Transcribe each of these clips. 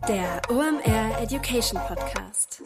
Der OMR Education Podcast.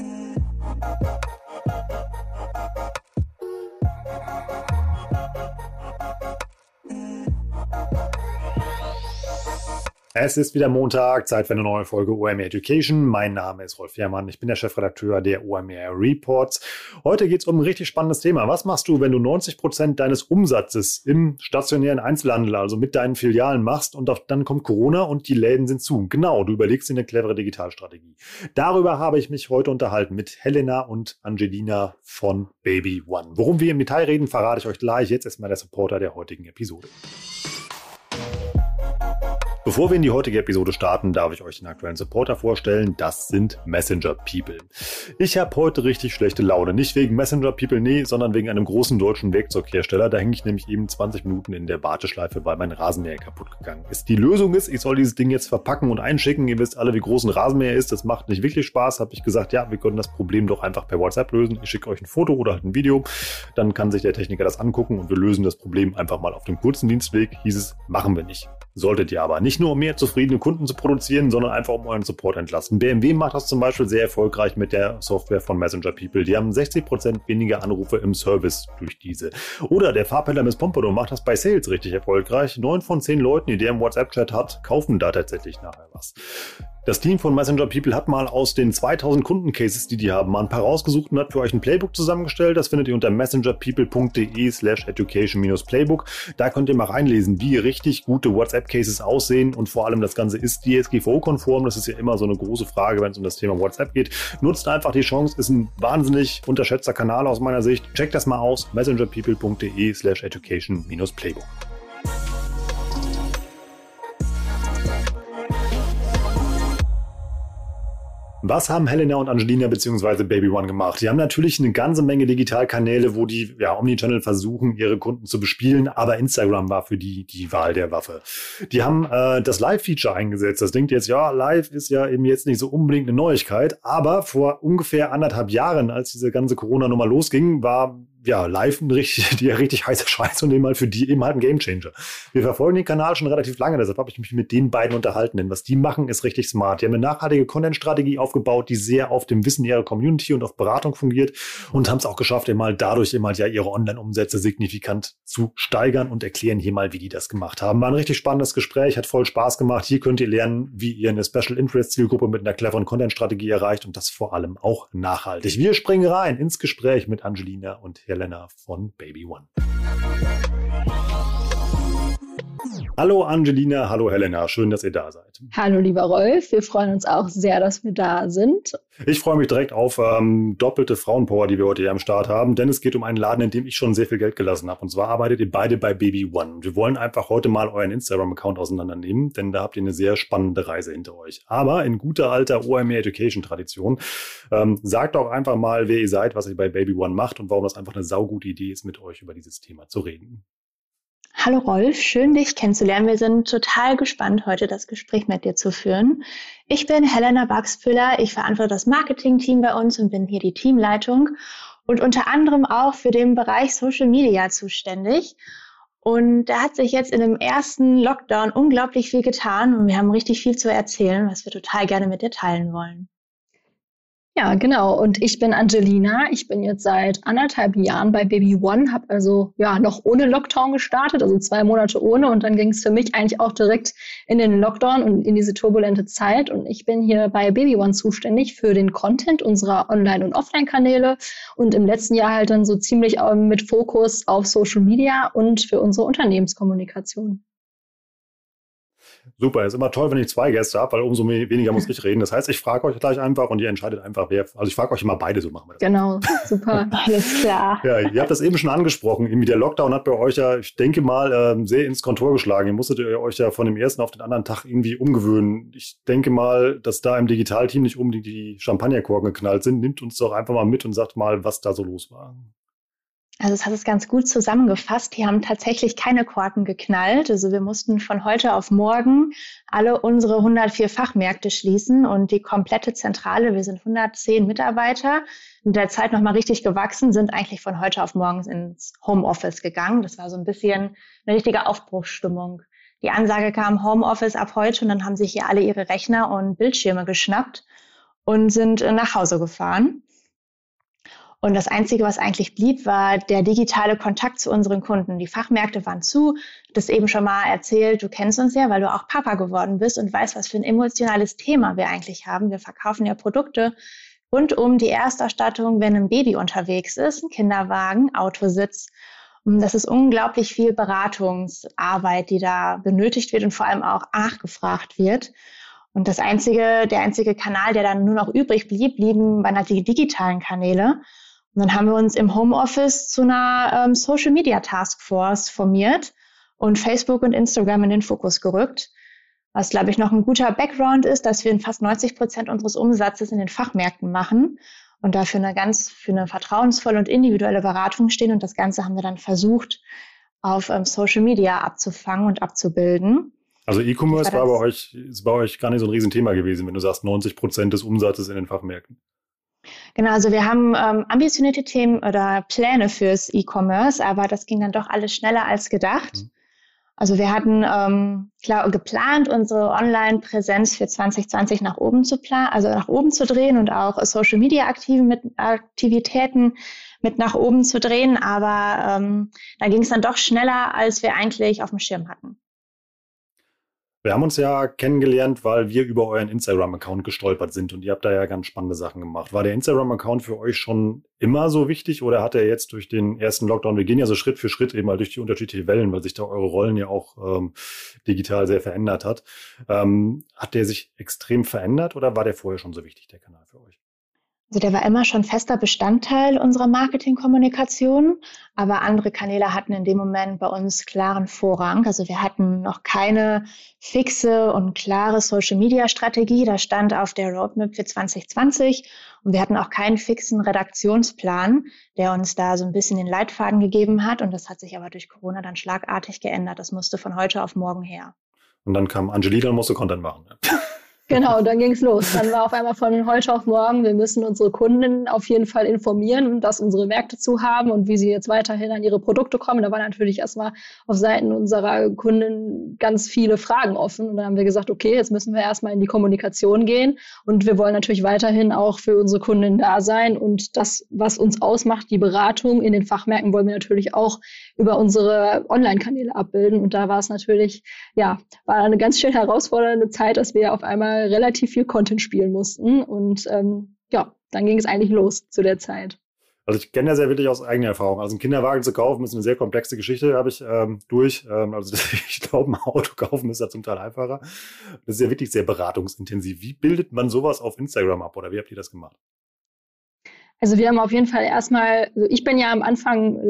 Es ist wieder Montag, Zeit für eine neue Folge OMR Education. Mein Name ist Rolf Herrmann, ich bin der Chefredakteur der OMR Reports. Heute geht es um ein richtig spannendes Thema. Was machst du, wenn du 90% deines Umsatzes im stationären Einzelhandel, also mit deinen Filialen machst und dann kommt Corona und die Läden sind zu? Genau, du überlegst dir eine clevere Digitalstrategie. Darüber habe ich mich heute unterhalten mit Helena und Angelina von Baby One. Worum wir im Detail reden, verrate ich euch gleich. Jetzt erstmal der Supporter der heutigen Episode. Bevor wir in die heutige Episode starten, darf ich euch den aktuellen Supporter vorstellen. Das sind Messenger People. Ich habe heute richtig schlechte Laune. Nicht wegen Messenger People, nee, sondern wegen einem großen deutschen Werkzeughersteller. Da hänge ich nämlich eben 20 Minuten in der Warteschleife, weil mein Rasenmäher kaputt gegangen ist. Die Lösung ist, ich soll dieses Ding jetzt verpacken und einschicken. Ihr wisst alle, wie groß ein Rasenmäher ist. Das macht nicht wirklich Spaß. Habe ich gesagt, ja, wir können das Problem doch einfach per WhatsApp lösen. Ich schicke euch ein Foto oder halt ein Video. Dann kann sich der Techniker das angucken und wir lösen das Problem einfach mal auf dem kurzen Dienstweg. Hieß es, machen wir nicht. Solltet ihr aber. Nicht nur, um mehr zufriedene Kunden zu produzieren, sondern einfach um euren Support entlasten. BMW macht das zum Beispiel sehr erfolgreich mit der Software von Messenger People. Die haben 60% weniger Anrufe im Service durch diese. Oder der Farbhändler Miss Pompadour macht das bei Sales richtig erfolgreich. 9 von 10 Leuten, die der im WhatsApp-Chat hat, kaufen da tatsächlich nachher was. Das Team von Messenger People hat mal aus den 2000 Kundencases, die haben, mal ein paar rausgesucht und hat für euch ein Playbook zusammengestellt. Das findet ihr unter messengerpeople.de/education-playbook. Da könnt ihr mal reinlesen, wie richtig gute WhatsApp-Cases aussehen und vor allem das Ganze ist DSGVO-konform. Das ist ja immer so eine große Frage, wenn es um das Thema WhatsApp geht. Nutzt einfach die Chance, ist ein wahnsinnig unterschätzter Kanal aus meiner Sicht. Checkt das mal aus, messengerpeople.de/education-playbook. Was haben Helena und Angelina bzw. Baby One gemacht? Die haben natürlich eine ganze Menge Digitalkanäle, wo die Omnichannel versuchen, ihre Kunden zu bespielen, aber Instagram war für die Wahl der Waffe. Die haben das Live-Feature eingesetzt. Das denkt jetzt, ja, Live ist ja eben jetzt nicht so unbedingt eine Neuigkeit, aber vor ungefähr 1,5 Jahren, als diese ganze Corona-Nummer losging, war live ein richtig heißer Scheiß und eben halt für die eben halt ein Gamechanger. Wir verfolgen den Kanal schon relativ lange, deshalb habe ich mich mit den beiden unterhalten, denn was die machen, ist richtig smart. Die haben eine nachhaltige Content-Strategie aufgebaut, die sehr auf dem Wissen ihrer Community und auf Beratung fungiert und haben es auch geschafft, eben halt dadurch eben halt ihre Online-Umsätze signifikant zu steigern und erklären hier mal, wie die das gemacht haben. War ein richtig spannendes Gespräch, hat voll Spaß gemacht. Hier könnt ihr lernen, wie ihr eine Special-Interest-Zielgruppe mit einer cleveren Content-Strategie erreicht und das vor allem auch nachhaltig. Wir springen rein ins Gespräch mit Angelina und Helena von Baby One. Hallo Angelina, hallo Helena, schön, dass ihr da seid. Hallo lieber Rolf, wir freuen uns auch sehr, dass wir da sind. Ich freue mich direkt auf doppelte Frauenpower, die wir heute hier am Start haben, denn es geht um einen Laden, in dem ich schon sehr viel Geld gelassen habe. Und zwar arbeitet ihr beide bei Baby One. Wir wollen einfach heute mal euren Instagram-Account auseinandernehmen, denn da habt ihr eine sehr spannende Reise hinter euch. Aber in guter alter OMR Education-Tradition, sagt auch einfach mal, wer ihr seid, was ihr bei Baby One macht und warum das einfach eine saugute Idee ist, mit euch über dieses Thema zu reden. Hallo Rolf, schön dich kennenzulernen. Wir sind total gespannt, heute das Gespräch mit dir zu führen. Ich bin Helena Wachspüller, ich verantworte das Marketing-Team bei uns und bin hier die Teamleitung und unter anderem auch für den Bereich Social Media zuständig. Und da hat sich jetzt in dem ersten Lockdown unglaublich viel getan und wir haben richtig viel zu erzählen, was wir total gerne mit dir teilen wollen. Ja, genau. Und ich bin Angelina. Ich bin jetzt seit 1,5 Jahren bei Baby One, habe also noch ohne Lockdown gestartet, also 2 Monate ohne. Und dann ging es für mich eigentlich auch direkt in den Lockdown und in diese turbulente Zeit. Und ich bin hier bei Baby One zuständig für den Content unserer Online- und Offline-Kanäle und im letzten Jahr halt dann so ziemlich mit Fokus auf Social Media und für unsere Unternehmenskommunikation. Super, ist immer toll, wenn ich 2 Gäste habe, weil umso weniger muss ich reden. Das heißt, ich frage euch gleich einfach und ihr entscheidet einfach, wer. Also ich frage euch immer beide, so machen wir das. Genau, super, alles klar. Ja, ihr habt das eben schon angesprochen. Irgendwie der Lockdown hat bei euch ja, ich denke mal, sehr ins Kontor geschlagen. Ihr musstet euch ja von dem ersten auf den anderen Tag irgendwie umgewöhnen. Ich denke mal, dass da im Digitalteam nicht unbedingt die Champagnerkorken geknallt sind. Nimmt uns doch einfach mal mit und sagt mal, was da so los war. Also es hat es ganz gut zusammengefasst. Die haben tatsächlich keine Korken geknallt. Also wir mussten von heute auf morgen alle unsere 104 Fachmärkte schließen und die komplette Zentrale, wir sind 110 Mitarbeiter, in der Zeit nochmal richtig gewachsen, sind eigentlich von heute auf morgen ins Homeoffice gegangen. Das war so ein bisschen eine richtige Aufbruchsstimmung. die Ansage kam, Homeoffice ab heute, und dann haben sich hier alle ihre Rechner und Bildschirme geschnappt und sind nach Hause gefahren. Und das Einzige, was eigentlich blieb, war der digitale Kontakt zu unseren Kunden. Die Fachmärkte waren zu. Das eben schon mal erzählt, du kennst uns ja, weil du auch Papa geworden bist und weißt, was für ein emotionales Thema wir eigentlich haben. Wir verkaufen ja Produkte rund um die Erstausstattung, wenn ein Baby unterwegs ist, ein Kinderwagen, Autositz. Und das ist unglaublich viel Beratungsarbeit, die da benötigt wird und vor allem auch nachgefragt wird. Und der einzige Kanal, der dann nur noch übrig waren halt die digitalen Kanäle. Und dann haben wir uns im Homeoffice zu einer Social Media Taskforce formiert und Facebook und Instagram in den Fokus gerückt. Was, glaube ich, noch ein guter Background ist, dass wir in fast 90% unseres Umsatzes in den Fachmärkten machen und dafür für eine vertrauensvolle und individuelle Beratung stehen. Und das Ganze haben wir dann versucht, auf Social Media abzufangen und abzubilden. Also E-Commerce ist bei euch gar nicht so ein Riesenthema gewesen, wenn du sagst 90% des Umsatzes in den Fachmärkten. Genau, also wir haben ambitionierte Themen oder Pläne fürs E-Commerce, aber das ging dann doch alles schneller als gedacht. Also wir hatten geplant, unsere Online-Präsenz für 2020 nach oben zu drehen und auch Social-Media-Aktivitäten mit nach oben zu drehen, aber da ging es dann doch schneller, als wir eigentlich auf dem Schirm hatten. Wir haben uns ja kennengelernt, weil wir über euren Instagram-Account gestolpert sind und ihr habt da ja ganz spannende Sachen gemacht. War der Instagram-Account für euch schon immer so wichtig oder hat er jetzt durch den ersten Lockdown, wir gehen ja so Schritt für Schritt eben mal durch die unterschiedlichen Wellen, weil sich da eure Rollen ja auch digital sehr verändert hat. Hat der sich extrem verändert oder war der vorher schon so wichtig, der Kanal für euch? Also der war immer schon fester Bestandteil unserer Marketingkommunikation, aber andere Kanäle hatten in dem Moment bei uns klaren Vorrang. Also wir hatten noch keine fixe und klare Social-Media-Strategie. Das stand auf der Roadmap für 2020 und wir hatten auch keinen fixen Redaktionsplan, der uns da so ein bisschen den Leitfaden gegeben hat. Und das hat sich aber durch Corona dann schlagartig geändert. Das musste von heute auf morgen her. Und dann kam Angelina und musste Content machen. Genau, dann ging es los. Dann war auf einmal von heute auf morgen, wir müssen unsere Kunden auf jeden Fall informieren, dass unsere Märkte zu haben und wie sie jetzt weiterhin an ihre Produkte kommen. Da waren natürlich erstmal auf Seiten unserer Kunden ganz viele Fragen offen. Und dann haben wir gesagt, okay, jetzt müssen wir erstmal in die Kommunikation gehen. Und wir wollen natürlich weiterhin auch für unsere Kunden da sein. Und das, was uns ausmacht, die Beratung in den Fachmärkten, wollen wir natürlich auch über unsere Online-Kanäle abbilden. Und da war es natürlich, war eine ganz schön herausfordernde Zeit, dass wir auf einmal relativ viel Content spielen mussten. Und dann ging es eigentlich los zu der Zeit. Also ich kenne ja sehr wirklich aus eigener Erfahrung. Also einen Kinderwagen zu kaufen ist eine sehr komplexe Geschichte, habe ich durch. Ich glaube, ein Auto kaufen ist ja zum Teil einfacher. Das ist ja wirklich sehr beratungsintensiv. Wie bildet man sowas auf Instagram ab oder wie habt ihr das gemacht? Also wir haben auf jeden Fall erstmal, ich bin ja am Anfang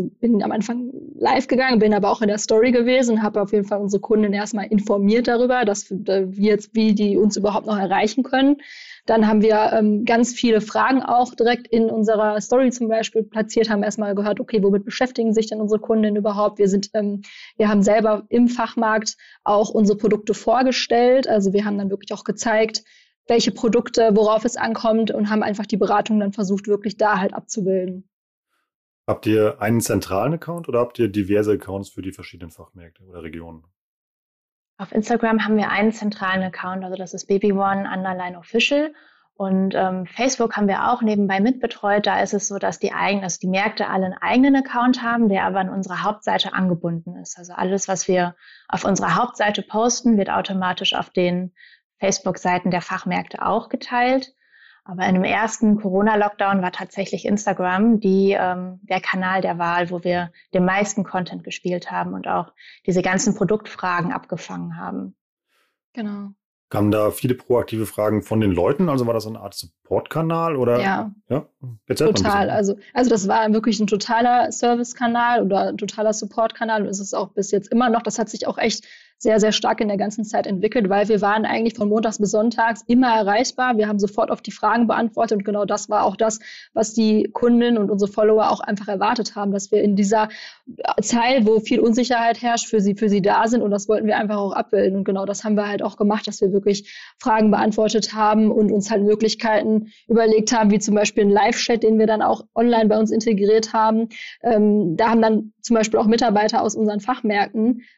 live gegangen, bin aber auch in der Story gewesen, habe auf jeden Fall unsere Kunden erstmal informiert darüber, wie die uns überhaupt noch erreichen können. Dann haben wir ganz viele Fragen auch direkt in unserer Story zum Beispiel platziert, haben erstmal gehört, okay, womit beschäftigen sich denn unsere Kunden überhaupt? Wir haben selber im Fachmarkt auch unsere Produkte vorgestellt, also wir haben dann wirklich auch gezeigt, welche Produkte, worauf es ankommt und haben einfach die Beratung dann versucht, wirklich da halt abzubilden. Habt ihr einen zentralen Account oder habt ihr diverse Accounts für die verschiedenen Fachmärkte oder Regionen? Auf Instagram haben wir einen zentralen Account, also das ist babyone_official. Und Facebook haben wir auch nebenbei mitbetreut. Da ist es so, dass die Märkte alle einen eigenen Account haben, der aber an unserer Hauptseite angebunden ist. Also alles, was wir auf unserer Hauptseite posten, wird automatisch auf den Facebook-Seiten der Fachmärkte auch geteilt. Aber in dem ersten Corona-Lockdown war tatsächlich Instagram der Kanal der Wahl, wo wir den meisten Content gespielt haben und auch diese ganzen Produktfragen abgefangen haben. Genau. Kamen da viele proaktive Fragen von den Leuten? Also war das eine Art Support-Kanal? Oder? Ja, total. Also das war wirklich ein totaler Service-Kanal oder ein totaler Support-Kanal und ist es auch bis jetzt immer noch. Das hat sich auch echt sehr, sehr stark in der ganzen Zeit entwickelt, weil wir waren eigentlich von montags bis sonntags immer erreichbar. Wir haben sofort auf die Fragen beantwortet und genau das war auch das, was die Kunden und unsere Follower auch einfach erwartet haben, dass wir in dieser Zeit, wo viel Unsicherheit herrscht, für sie da sind und das wollten wir einfach auch abbilden und genau das haben wir halt auch gemacht, dass wir wirklich Fragen beantwortet haben und uns halt Möglichkeiten überlegt haben, wie zum Beispiel ein Live-Chat, den wir dann auch online bei uns integriert haben. Da haben dann zum Beispiel auch Mitarbeiter aus unseren Fachmärkten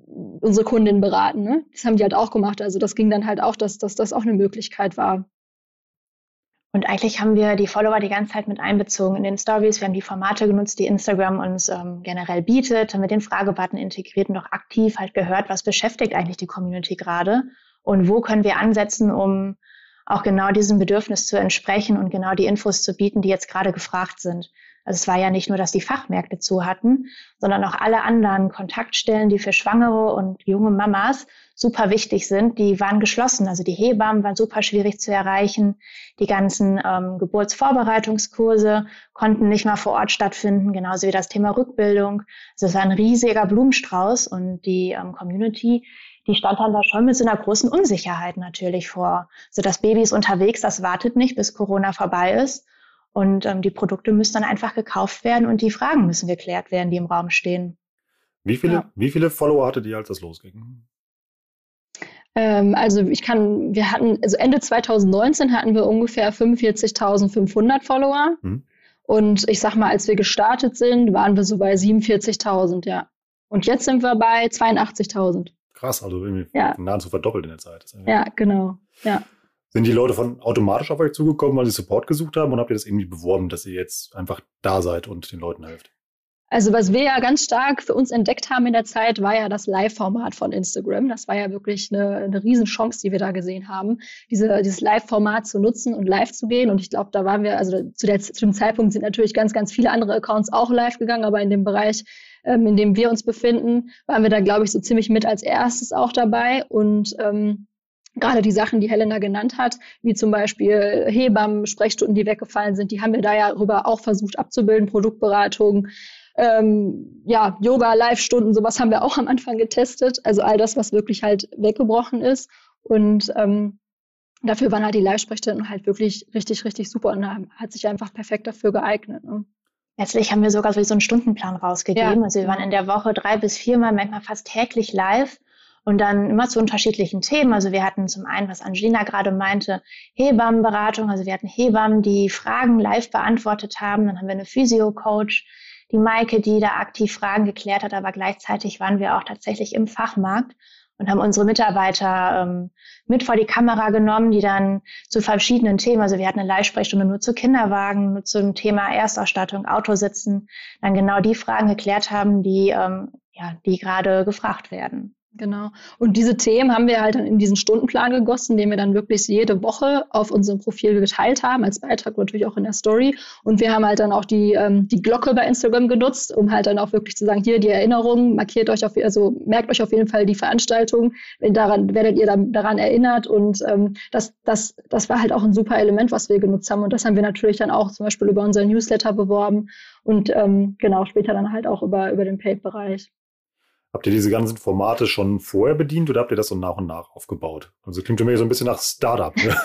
unsere Kundinnen beraten. Ne? Das haben die halt auch gemacht. Also das ging dann halt auch, dass das auch eine Möglichkeit war. Und eigentlich haben wir die Follower die ganze Zeit mit einbezogen in den Stories. Wir haben die Formate genutzt, die Instagram uns generell bietet, haben mit den Fragebutton integriert und auch aktiv halt gehört, was beschäftigt eigentlich die Community gerade und wo können wir ansetzen, um auch genau diesem Bedürfnis zu entsprechen und genau die Infos zu bieten, die jetzt gerade gefragt sind. Also es war ja nicht nur, dass die Fachmärkte zu hatten, sondern auch alle anderen Kontaktstellen, die für Schwangere und junge Mamas super wichtig sind, die waren geschlossen. Also die Hebammen waren super schwierig zu erreichen. Die ganzen Geburtsvorbereitungskurse konnten nicht mal vor Ort stattfinden, genauso wie das Thema Rückbildung. Also es war ein riesiger Blumenstrauß und die Community, die stand dann da schon mit so einer großen Unsicherheit natürlich vor. So, das Baby ist unterwegs, das wartet nicht, bis Corona vorbei ist. Und die Produkte müssen dann einfach gekauft werden und die Fragen müssen geklärt werden, die im Raum stehen. Wie viele Follower hattet ihr, als das losging? Also Ende 2019 hatten wir ungefähr 45.500 Follower. Und ich sag mal, als wir gestartet sind, waren wir so bei 47.000, ja. Und jetzt sind wir bei 82.000. Krass, also irgendwie nahezu verdoppelt in der Zeit. Ja, genau, ja. Sind die Leute automatisch auf euch zugekommen, weil sie Support gesucht haben, und habt ihr das irgendwie beworben, dass ihr jetzt einfach da seid und den Leuten helft? Also was wir ja ganz stark für uns entdeckt haben in der Zeit, war ja das Live-Format von Instagram. Das war ja wirklich eine Riesenchance, die wir da gesehen haben, dieses Live-Format zu nutzen und live zu gehen. Und ich glaube, da waren wir, also zu dem Zeitpunkt sind natürlich ganz, ganz viele andere Accounts auch live gegangen, aber in dem Bereich, in dem wir uns befinden, waren wir da, glaube ich, so ziemlich mit als erstes auch dabei. Und gerade die Sachen, die Helena genannt hat, wie zum Beispiel Hebammen, Sprechstunden, die weggefallen sind, die haben wir da ja rüber auch versucht abzubilden, Produktberatung, Yoga, Live-Stunden, sowas haben wir auch am Anfang getestet. Also all das, was wirklich halt weggebrochen ist. Und dafür waren halt die Live-Sprechstunden halt wirklich richtig, richtig super und hat sich einfach perfekt dafür geeignet. Ne? Letztlich haben wir sogar so einen Stundenplan rausgegeben. Ja. Also wir waren in der Woche 3 bis 4 Mal, manchmal fast täglich live. Und dann immer zu unterschiedlichen Themen. Also wir hatten zum einen, was Angelina gerade meinte, Hebammenberatung. Also wir hatten Hebammen, die Fragen live beantwortet haben. Dann haben wir eine Physio-Coach, die Maike, die da aktiv Fragen geklärt hat. Aber gleichzeitig waren wir auch tatsächlich im Fachmarkt und haben unsere Mitarbeiter mit vor die Kamera genommen, die dann zu verschiedenen Themen, also wir hatten eine Live-Sprechstunde nur zu Kinderwagen, nur zum Thema Erstausstattung, Autositzen, dann genau die Fragen geklärt haben, die gerade gefragt werden. Genau. Und diese Themen haben wir halt dann in diesen Stundenplan gegossen, den wir dann wirklich jede Woche auf unserem Profil geteilt haben, als Beitrag natürlich auch in der Story. Und wir haben halt dann auch die Glocke bei Instagram genutzt, um halt dann auch wirklich zu sagen, hier die Erinnerungen, merkt euch auf jeden Fall die Veranstaltung, werdet ihr dann daran erinnert. Und das war halt auch ein super Element, was wir genutzt haben. Und das haben wir natürlich dann auch zum Beispiel über unseren Newsletter beworben und später dann halt auch über den Paid-Bereich. Habt ihr diese ganzen Formate schon vorher bedient oder habt ihr das so nach und nach aufgebaut? Also klingt für mich so ein bisschen nach Startup. Ne?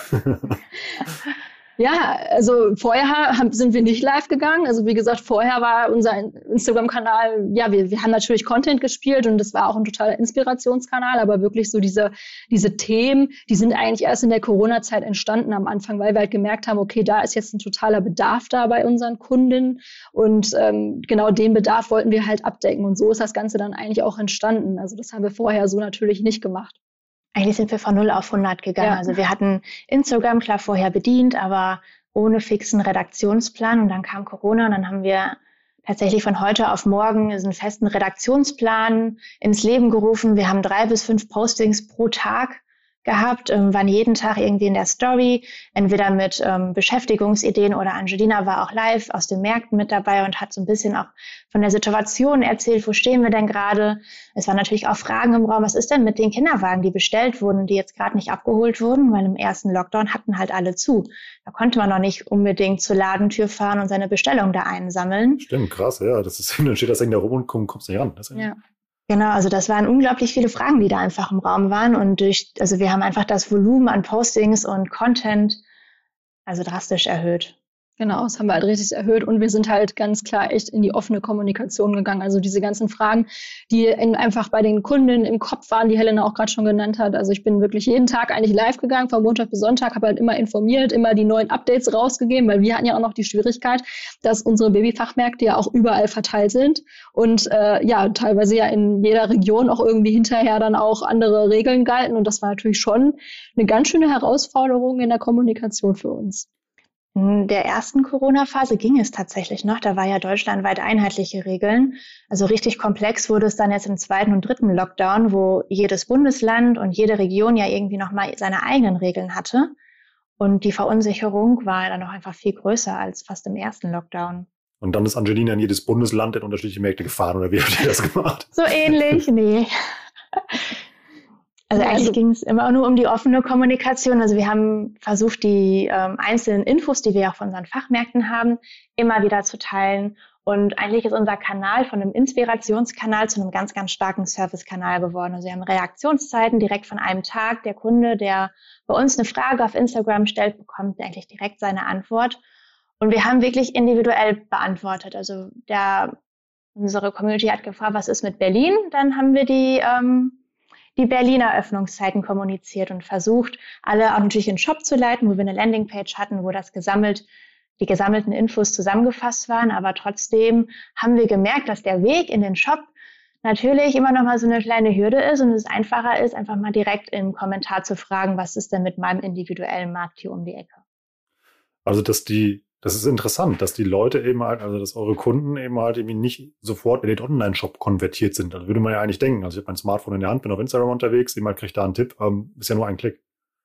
Ja, also vorher sind wir nicht live gegangen. Also wie gesagt, vorher war unser Instagram-Kanal, ja, wir haben natürlich Content gespielt und das war auch ein totaler Inspirationskanal, aber wirklich so diese Themen, die sind eigentlich erst in der Corona-Zeit entstanden am Anfang, weil wir halt gemerkt haben, okay, da ist jetzt ein totaler Bedarf da bei unseren Kundinnen und genau den Bedarf wollten wir halt abdecken und so ist das Ganze dann eigentlich auch entstanden. Also das haben wir vorher so natürlich nicht gemacht. Eigentlich sind wir von 0 auf 100 gegangen. Ja. Also wir hatten Instagram klar vorher bedient, aber ohne fixen Redaktionsplan. Und dann kam Corona und dann haben wir tatsächlich von heute auf morgen einen festen Redaktionsplan ins Leben gerufen. Wir haben 3 bis 5 Postings pro Tag gehabt, waren jeden Tag irgendwie in der Story, entweder mit Beschäftigungsideen oder Angelina war auch live aus den Märkten mit dabei und hat so ein bisschen auch von der Situation erzählt, wo stehen wir denn gerade. Es waren natürlich auch Fragen im Raum, was ist denn mit den Kinderwagen, die bestellt wurden, die jetzt gerade nicht abgeholt wurden, weil im ersten Lockdown hatten halt alle zu. Da konnte man noch nicht unbedingt zur Ladentür fahren und seine Bestellung da einsammeln. Stimmt, krass, ja, dann steht das Ding da rum und kommst nicht ran. Ja. Genau, also das waren unglaublich viele Fragen, die da einfach im Raum waren und wir haben einfach das Volumen an Postings und Content also drastisch erhöht. Genau, das haben wir halt richtig erhöht und wir sind halt ganz klar echt in die offene Kommunikation gegangen. Also diese ganzen Fragen, die einfach bei den Kunden im Kopf waren, die Helena auch gerade schon genannt hat. Also ich bin wirklich jeden Tag eigentlich live gegangen, von Montag bis Sonntag, habe halt immer informiert, immer die neuen Updates rausgegeben, weil wir hatten ja auch noch die Schwierigkeit, dass unsere Babyfachmärkte ja auch überall verteilt sind und teilweise ja in jeder Region auch irgendwie hinterher dann auch andere Regeln galten. Und das war natürlich schon eine ganz schöne Herausforderung in der Kommunikation für uns. In der ersten Corona-Phase ging es tatsächlich noch. Da war ja deutschlandweit einheitliche Regeln. Also richtig komplex wurde es dann jetzt im 2. und 3. Lockdown, wo jedes Bundesland und jede Region ja irgendwie nochmal seine eigenen Regeln hatte. Und die Verunsicherung war dann noch einfach viel größer als fast im ersten Lockdown. Und dann ist Angelina in jedes Bundesland in unterschiedliche Märkte gefahren, oder wie habt ihr das gemacht? So ähnlich? Nee. Also eigentlich ging es immer nur um die offene Kommunikation. Also wir haben versucht, die einzelnen Infos, die wir auch von unseren Fachmärkten haben, immer wieder zu teilen. Und eigentlich ist unser Kanal von einem Inspirationskanal zu einem ganz, ganz starken Servicekanal geworden. Also wir haben Reaktionszeiten direkt von einem Tag. Der Kunde, der bei uns eine Frage auf Instagram stellt, bekommt eigentlich direkt seine Antwort. Und wir haben wirklich individuell beantwortet. Also unsere Community hat gefragt, was ist mit Berlin? Dann haben wir die Berliner Öffnungszeiten kommuniziert und versucht, alle auch natürlich in den Shop zu leiten, wo wir eine Landingpage hatten, wo die gesammelten Infos zusammengefasst waren. Aber trotzdem haben wir gemerkt, dass der Weg in den Shop natürlich immer noch mal so eine kleine Hürde ist und es einfacher ist, einfach mal direkt im Kommentar zu fragen, was ist denn mit meinem individuellen Markt hier um die Ecke? Also, das ist interessant, dass die Leute eben halt, also dass eure Kunden eben halt irgendwie nicht sofort in den Online-Shop konvertiert sind. Das würde man ja eigentlich denken. Also ich habe mein Smartphone in der Hand, bin auf Instagram unterwegs, jemand kriegt da einen Tipp, ist ja nur ein Klick.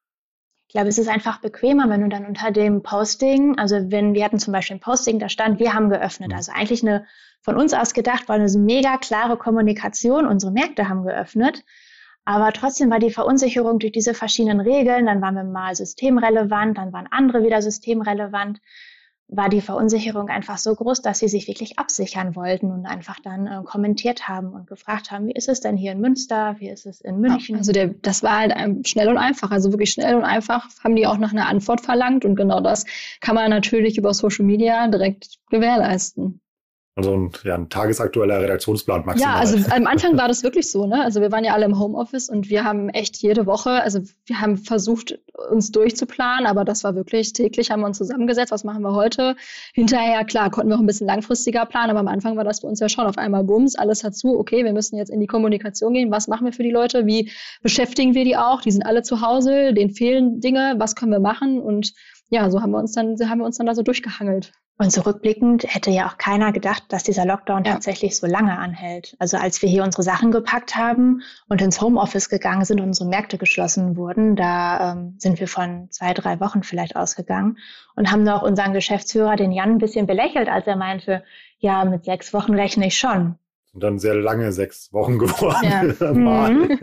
Ich glaube, es ist einfach bequemer, wenn du dann unter dem Posting, also wenn wir hatten zum Beispiel ein Posting, da stand, wir haben geöffnet. Also eigentlich eine von uns aus gedacht, war eine mega klare Kommunikation, unsere Märkte haben geöffnet. Aber trotzdem war die Verunsicherung durch diese verschiedenen Regeln, dann waren wir mal systemrelevant, dann waren andere wieder systemrelevant, war die Verunsicherung einfach so groß, dass sie sich wirklich absichern wollten und einfach dann kommentiert haben und gefragt haben, wie ist es denn hier in Münster, wie ist es in München? Ja, also das war halt schnell und einfach, also wirklich schnell und einfach haben die auch nach einer Antwort verlangt und genau das kann man natürlich über Social Media direkt gewährleisten. Also ein tagesaktueller Redaktionsplan maximal. Ja, also am Anfang war das wirklich so, ne? Also wir waren ja alle im Homeoffice und wir haben echt jede Woche, also wir haben versucht, uns durchzuplanen, aber das war wirklich täglich, haben wir uns zusammengesetzt, was machen wir heute? Hinterher, klar, konnten wir auch ein bisschen langfristiger planen, aber am Anfang war das bei uns ja schon auf einmal Bums, alles hat zu, okay, wir müssen jetzt in die Kommunikation gehen, was machen wir für die Leute, wie beschäftigen wir die auch, die sind alle zu Hause, denen fehlen Dinge, was können wir machen und ja, so haben wir uns dann da so durchgehangelt. Und zurückblickend hätte ja auch keiner gedacht, dass dieser Lockdown tatsächlich so lange anhält. Also als wir hier unsere Sachen gepackt haben und ins Homeoffice gegangen sind und unsere Märkte geschlossen wurden, da sind wir von 2-3 Wochen vielleicht ausgegangen und haben noch unseren Geschäftsführer, den Jan, ein bisschen belächelt, als er meinte, ja, mit 6 Wochen rechne ich schon. Und dann sehr lange 6 Wochen geworden. Ja.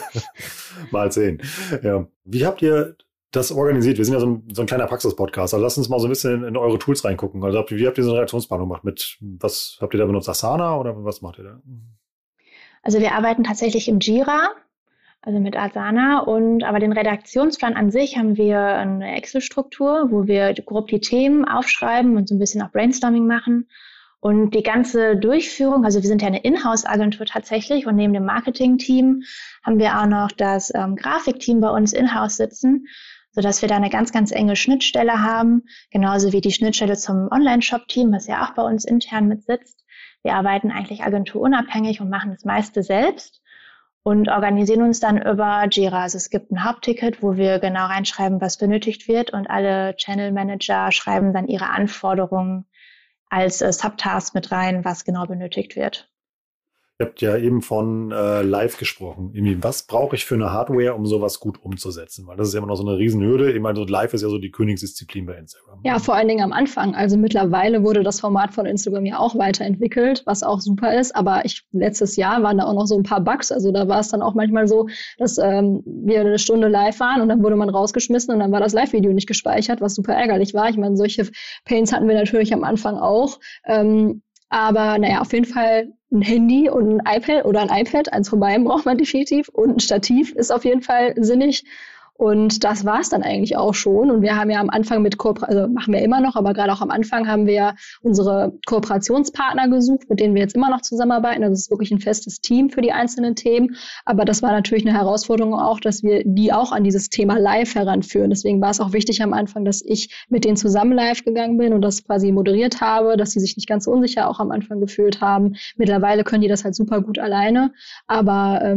Mal 10. Ja. Wie habt ihr das organisiert? Wir sind ja so ein kleiner Praxis-Podcast. Also lasst uns mal so ein bisschen in eure Tools reingucken. Also wie habt ihr so eine Reaktionsplanung gemacht? Was habt ihr da benutzt? Asana oder was macht ihr da? Also wir arbeiten tatsächlich im Jira, also mit Asana. Aber den Redaktionsplan an sich haben wir eine Excel-Struktur, wo wir grob die Themen aufschreiben und so ein bisschen auch Brainstorming machen. Und die ganze Durchführung, also wir sind ja eine Inhouse-Agentur tatsächlich und neben dem Marketing-Team haben wir auch noch das Grafikteam bei uns in-house sitzen, sodass wir da eine ganz, ganz enge Schnittstelle haben, genauso wie die Schnittstelle zum Online-Shop-Team, was ja auch bei uns intern mit sitzt. Wir arbeiten eigentlich agenturunabhängig und machen das meiste selbst und organisieren uns dann über Jira. Also es gibt ein Hauptticket, wo wir genau reinschreiben, was benötigt wird und alle Channel-Manager schreiben dann ihre Anforderungen als Subtask mit rein, was genau benötigt wird. Ihr habt ja eben von Live gesprochen. Was brauche ich für eine Hardware, um sowas gut umzusetzen? Weil das ist ja immer noch so eine Riesenhürde. Ich meine, so Live ist ja so die Königsdisziplin bei Instagram. Ja, vor allen Dingen am Anfang. Also mittlerweile wurde das Format von Instagram ja auch weiterentwickelt, was auch super ist. Aber letztes Jahr waren da auch noch so ein paar Bugs. Also da war es dann auch manchmal so, dass wir eine Stunde live waren und dann wurde man rausgeschmissen und dann war das Live-Video nicht gespeichert, was super ärgerlich war. Ich meine, solche Pains hatten wir natürlich am Anfang auch. Aber naja, auf jeden Fall ein Handy und ein iPad oder ein iPad, eins von beiden braucht man definitiv und ein Stativ ist auf jeden Fall sinnig Und das war es dann eigentlich auch schon. Und wir haben ja am Anfang also machen wir immer noch, aber gerade auch am Anfang haben wir ja unsere Kooperationspartner gesucht, mit denen wir jetzt immer noch zusammenarbeiten. Also es ist wirklich ein festes Team für die einzelnen Themen. Aber das war natürlich eine Herausforderung auch, dass wir die auch an dieses Thema Live heranführen. Deswegen war es auch wichtig am Anfang, dass ich mit denen zusammen live gegangen bin und das quasi moderiert habe, dass sie sich nicht ganz so unsicher auch am Anfang gefühlt haben. Mittlerweile können die das halt super gut alleine. Aber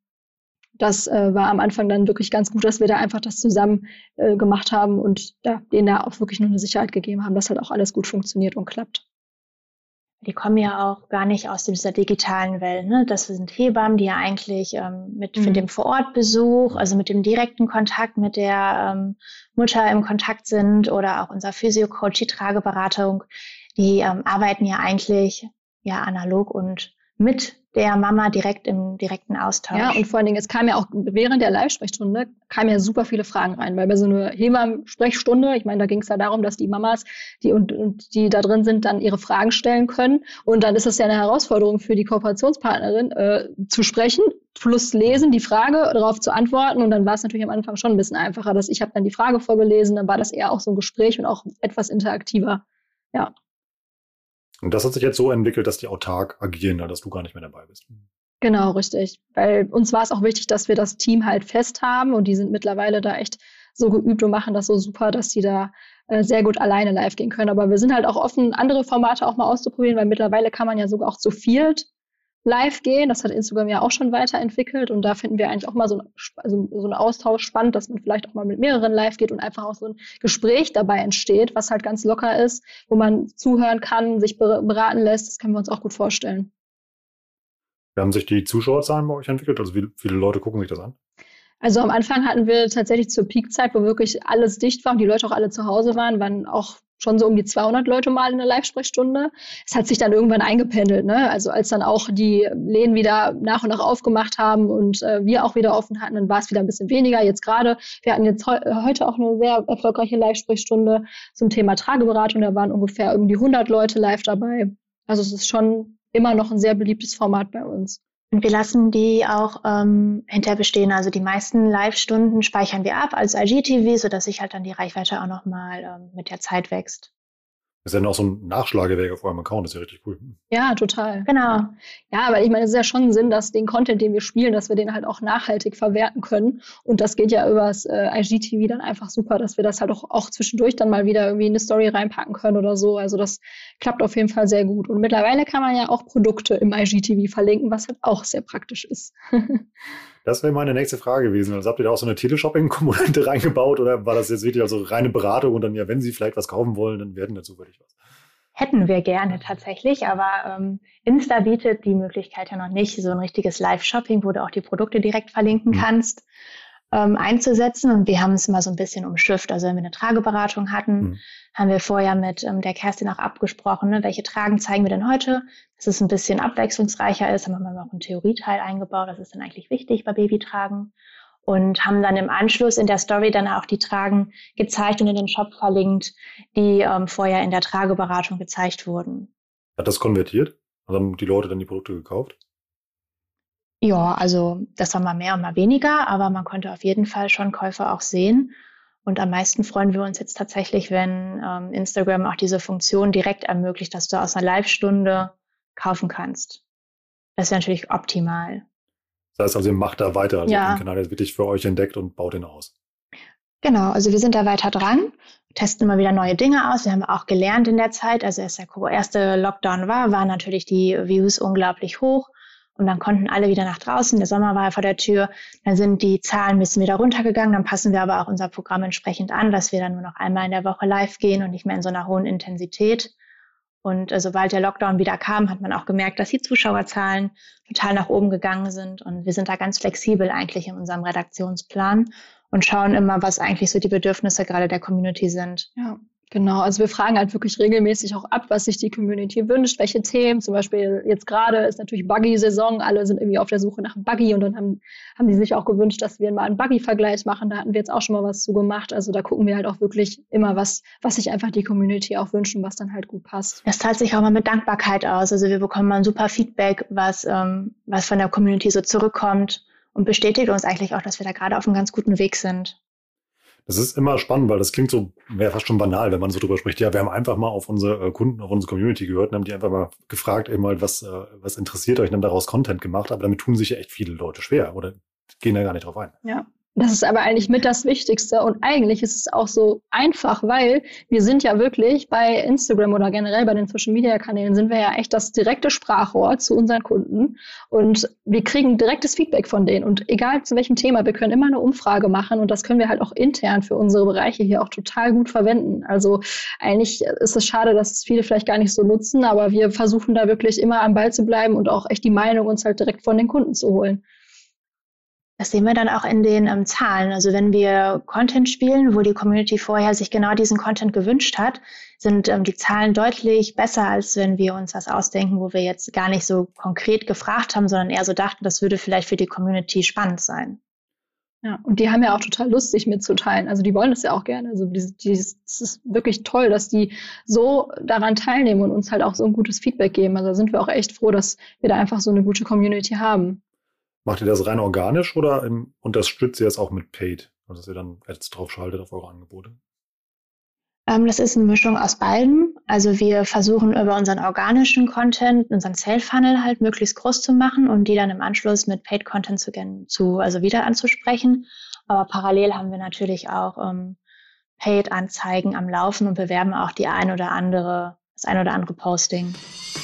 das war am Anfang dann wirklich ganz gut, dass wir da einfach das zusammen gemacht haben und denen da auch wirklich nur eine Sicherheit gegeben haben, dass halt auch alles gut funktioniert und klappt. Die kommen ja auch gar nicht aus dieser digitalen Welt, ne? Das sind Hebammen, die ja eigentlich mit dem Vorortbesuch, also mit dem direkten Kontakt mit der Mutter im Kontakt sind oder auch unser Physio-Coach, die Trageberatung, die arbeiten ja eigentlich analog und mit der Mama direkt im direkten Austausch. Ja, und vor allen Dingen, es kam ja auch während der Live-Sprechstunde kamen ja super viele Fragen rein, weil bei so einer Hebammen-Sprechstunde, ich meine, da ging es ja darum, dass die Mamas, die da drin sind, dann ihre Fragen stellen können. Und dann ist es ja eine Herausforderung für die Kooperationspartnerin, zu sprechen, plus lesen, die Frage, darauf zu antworten. Und dann war es natürlich am Anfang schon ein bisschen einfacher, dass ich habe dann die Frage vorgelesen, dann war das eher auch so ein Gespräch und auch etwas interaktiver. Ja. Und das hat sich jetzt so entwickelt, dass die autark agieren, dass du gar nicht mehr dabei bist. Genau, richtig. Weil uns war es auch wichtig, dass wir das Team halt fest haben und die sind mittlerweile da echt so geübt und machen das so super, dass die da sehr gut alleine live gehen können. Aber wir sind halt auch offen, andere Formate auch mal auszuprobieren, weil mittlerweile kann man ja sogar auch zu viert live gehen. Das hat Instagram ja auch schon weiterentwickelt und da finden wir eigentlich auch mal so einen Austausch spannend, dass man vielleicht auch mal mit mehreren live geht und einfach auch so ein Gespräch dabei entsteht, was halt ganz locker ist, wo man zuhören kann, sich beraten lässt. Das können wir uns auch gut vorstellen. Wie haben sich die Zuschauerzahlen bei euch entwickelt? Also wie viele Leute gucken sich das an? Also am Anfang hatten wir tatsächlich zur Peakzeit, wo wirklich alles dicht war und die Leute auch alle zu Hause waren auch schon so um die 200 Leute mal in der Live-Sprechstunde. Es hat sich dann irgendwann eingependelt, ne? Also als dann auch die Läden wieder nach und nach aufgemacht haben und wir auch wieder offen hatten, dann war es wieder ein bisschen weniger. Jetzt gerade, wir hatten jetzt heute auch eine sehr erfolgreiche Live-Sprechstunde zum Thema Trageberatung. Da waren ungefähr um die 100 Leute live dabei. Also es ist schon immer noch ein sehr beliebtes Format bei uns. Und wir lassen die auch hinterher bestehen. Also die meisten Live-Stunden speichern wir ab als IGTV, sodass sich halt dann die Reichweite auch nochmal mit der Zeit wächst. Das ist ja noch so ein Nachschlagewerk auf eurem Account, das ist ja richtig cool. Ja, total. Genau. Ja, aber ich meine, es ist ja schon Sinn, dass den Content, den wir spielen, dass wir den halt auch nachhaltig verwerten können. Und das geht ja übers IGTV dann einfach super, dass wir das halt auch zwischendurch dann mal wieder irgendwie in eine Story reinpacken können oder so. Also das klappt auf jeden Fall sehr gut. Und mittlerweile kann man ja auch Produkte im IGTV verlinken, was halt auch sehr praktisch ist. Das wäre meine nächste Frage gewesen. Also habt ihr da auch so eine Teleshopping-Komponente reingebaut oder war das jetzt wirklich also reine Beratung und dann ja, wenn sie vielleicht was kaufen wollen, dann werden dazu zufällig was? Hätten wir gerne tatsächlich, aber Insta bietet die Möglichkeit ja noch nicht, so ein richtiges Live-Shopping, wo du auch die Produkte direkt verlinken kannst, einzusetzen. Und wir haben es immer so ein bisschen umschifft. Also wenn wir eine Trageberatung hatten, haben wir vorher mit der Kerstin auch abgesprochen, ne, welche Tragen zeigen wir denn heute, dass es ein bisschen abwechslungsreicher ist. Haben wir mal auch einen Theorieteil eingebaut, das ist dann eigentlich wichtig bei Babytragen. Und haben dann im Anschluss in der Story dann auch die Tragen gezeigt und in den Shop verlinkt, die vorher in der Trageberatung gezeigt wurden. Hat das konvertiert? Also haben die Leute dann die Produkte gekauft? Ja, also das war mal mehr und mal weniger, aber man konnte auf jeden Fall schon Käufe auch sehen. Und am meisten freuen wir uns jetzt tatsächlich, wenn Instagram auch diese Funktion direkt ermöglicht, dass du aus einer Live-Stunde kaufen kannst. Das wäre natürlich optimal. Das heißt also, ihr macht da weiter. Also Ja. den Kanal jetzt wirklich für euch entdeckt und baut den aus. Genau, also wir sind da weiter dran, testen immer wieder neue Dinge aus. Wir haben auch gelernt in der Zeit, also als der erste Lockdown war, waren natürlich die Views unglaublich hoch. Und dann konnten alle wieder nach draußen. Der Sommer war vor der Tür. Dann sind die Zahlen ein bisschen wieder runtergegangen. Dann passen wir aber auch unser Programm entsprechend an, dass wir dann nur noch einmal in der Woche live gehen und nicht mehr in so einer hohen Intensität. Und sobald der Lockdown wieder kam, hat man auch gemerkt, dass die Zuschauerzahlen total nach oben gegangen sind. Und wir sind da ganz flexibel eigentlich in unserem Redaktionsplan und schauen immer, was eigentlich so die Bedürfnisse gerade der Community sind. Ja, genau. Also wir fragen halt wirklich regelmäßig auch ab, was sich die Community wünscht, welche Themen. Zum Beispiel jetzt gerade ist natürlich Buggy-Saison. Alle sind irgendwie auf der Suche nach einem Buggy und dann haben die sich auch gewünscht, dass wir mal einen Buggy-Vergleich machen. Da hatten wir jetzt auch schon mal was zu gemacht. Also da gucken wir halt auch wirklich immer, was sich einfach die Community auch wünscht und was dann halt gut passt. Das zahlt sich auch mal mit Dankbarkeit aus. Also wir bekommen mal ein super Feedback, was von der Community so zurückkommt und bestätigt uns eigentlich auch, dass wir da gerade auf einem ganz guten Weg sind. Das ist immer spannend, weil das klingt so, wäre fast schon banal, wenn man so drüber spricht. Ja, wir haben einfach mal auf unsere Kunden, auf unsere Community gehört und haben die einfach mal gefragt, eben halt, was interessiert euch, und haben daraus Content gemacht. Aber damit tun sich ja echt viele Leute schwer oder gehen da gar nicht drauf ein. Ja. Das ist aber eigentlich mit das Wichtigste und eigentlich ist es auch so einfach, weil wir sind ja wirklich bei Instagram oder generell bei den Social-Media-Kanälen sind wir ja echt das direkte Sprachrohr zu unseren Kunden und wir kriegen direktes Feedback von denen und egal zu welchem Thema, wir können immer eine Umfrage machen und das können wir halt auch intern für unsere Bereiche hier auch total gut verwenden. Also eigentlich ist es schade, dass es viele vielleicht gar nicht so nutzen, aber wir versuchen da wirklich immer am Ball zu bleiben und auch echt die Meinung uns halt direkt von den Kunden zu holen. Das sehen wir dann auch in den Zahlen. Also wenn wir Content spielen, wo die Community vorher sich genau diesen Content gewünscht hat, sind die Zahlen deutlich besser, als wenn wir uns was ausdenken, wo wir jetzt gar nicht so konkret gefragt haben, sondern eher so dachten, das würde vielleicht für die Community spannend sein. Ja, und die haben ja auch total Lust, sich mitzuteilen. Also die wollen das ja auch gerne. Also es ist wirklich toll, dass die so daran teilnehmen und uns halt auch so ein gutes Feedback geben. Also da sind wir auch echt froh, dass wir da einfach so eine gute Community haben. Macht ihr das rein organisch oder unterstützt ihr das auch mit Paid? Also dass ihr dann Ads drauf schaltet auf eure Angebote? Das ist eine Mischung aus beidem. Also wir versuchen über unseren organischen Content, unseren Sale-Funnel halt möglichst groß zu machen und die dann im Anschluss mit Paid-Content also wieder anzusprechen. Aber parallel haben wir natürlich auch Paid-Anzeigen am Laufen und bewerben auch das ein oder andere Posting.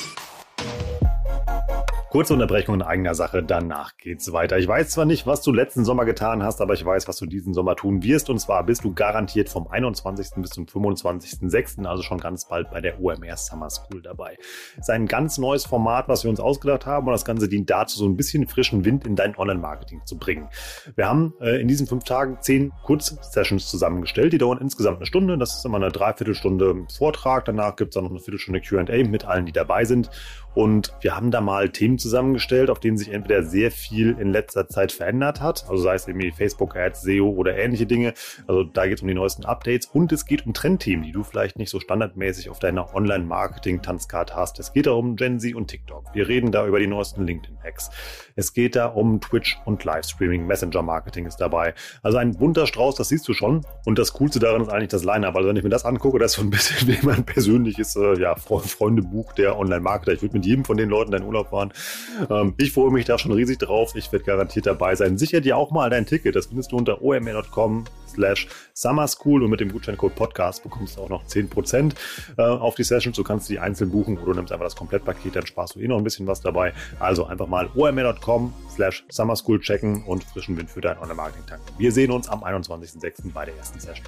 Kurze Unterbrechung in eigener Sache, danach geht's weiter. Ich weiß zwar nicht, was du letzten Sommer getan hast, aber ich weiß, was du diesen Sommer tun wirst. Und zwar bist du garantiert vom 21. bis zum 25.06., also schon ganz bald bei der OMR Summer School dabei. Das ist ein ganz neues Format, was wir uns ausgedacht haben und das Ganze dient dazu, so ein bisschen frischen Wind in dein Online-Marketing zu bringen. Wir haben in diesen 5 Tagen 10 Kurzsessions zusammengestellt, die dauern insgesamt 1 Stunde. Das ist immer eine Dreiviertelstunde Vortrag, danach gibt's dann noch eine Viertelstunde Q&A mit allen, die dabei sind. Und wir haben da mal Themen zusammengestellt, auf denen sich entweder sehr viel in letzter Zeit verändert hat, also sei es irgendwie Facebook-Ads, SEO oder ähnliche Dinge. Also da geht es um die neuesten Updates und es geht um Trendthemen, die du vielleicht nicht so standardmäßig auf deiner Online-Marketing-Tanzkarte hast. Es geht da um Gen Z und TikTok. Wir reden da über die neuesten LinkedIn-Hacks. Es geht da um Twitch und Livestreaming, Messenger-Marketing ist dabei. Also ein bunter Strauß, das siehst du schon. Und das Coolste daran ist eigentlich das Line-Up. Also wenn ich mir das angucke, das ist so ein bisschen wie mein persönliches Freundebuch der Online-Marketer. Ich würde mit jedem von den Leuten in den Urlaub fahren. Ich freue mich da schon riesig drauf. Ich werde garantiert dabei sein. Sicher dir auch mal dein Ticket. Das findest du unter omr.com/summerschool und mit dem Gutscheincode Podcast bekommst du auch noch 10% auf die Sessions. Du kannst die einzeln buchen oder du nimmst einfach das Komplettpaket, dann sparst du noch ein bisschen was dabei. Also einfach mal omr.com/summerschool checken und frischen Wind für dein Online-Marketing tanken. Wir sehen uns am 21.06. bei der ersten Session.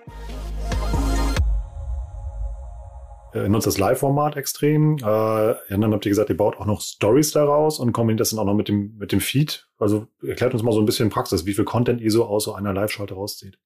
Nutzt das Live-Format extrem. Dann habt ihr gesagt, ihr baut auch noch Stories daraus und kombiniert das dann auch noch mit dem Feed. Also erklärt uns mal so ein bisschen in Praxis, wie viel Content ihr so aus so einer Live-Schalte rauszieht.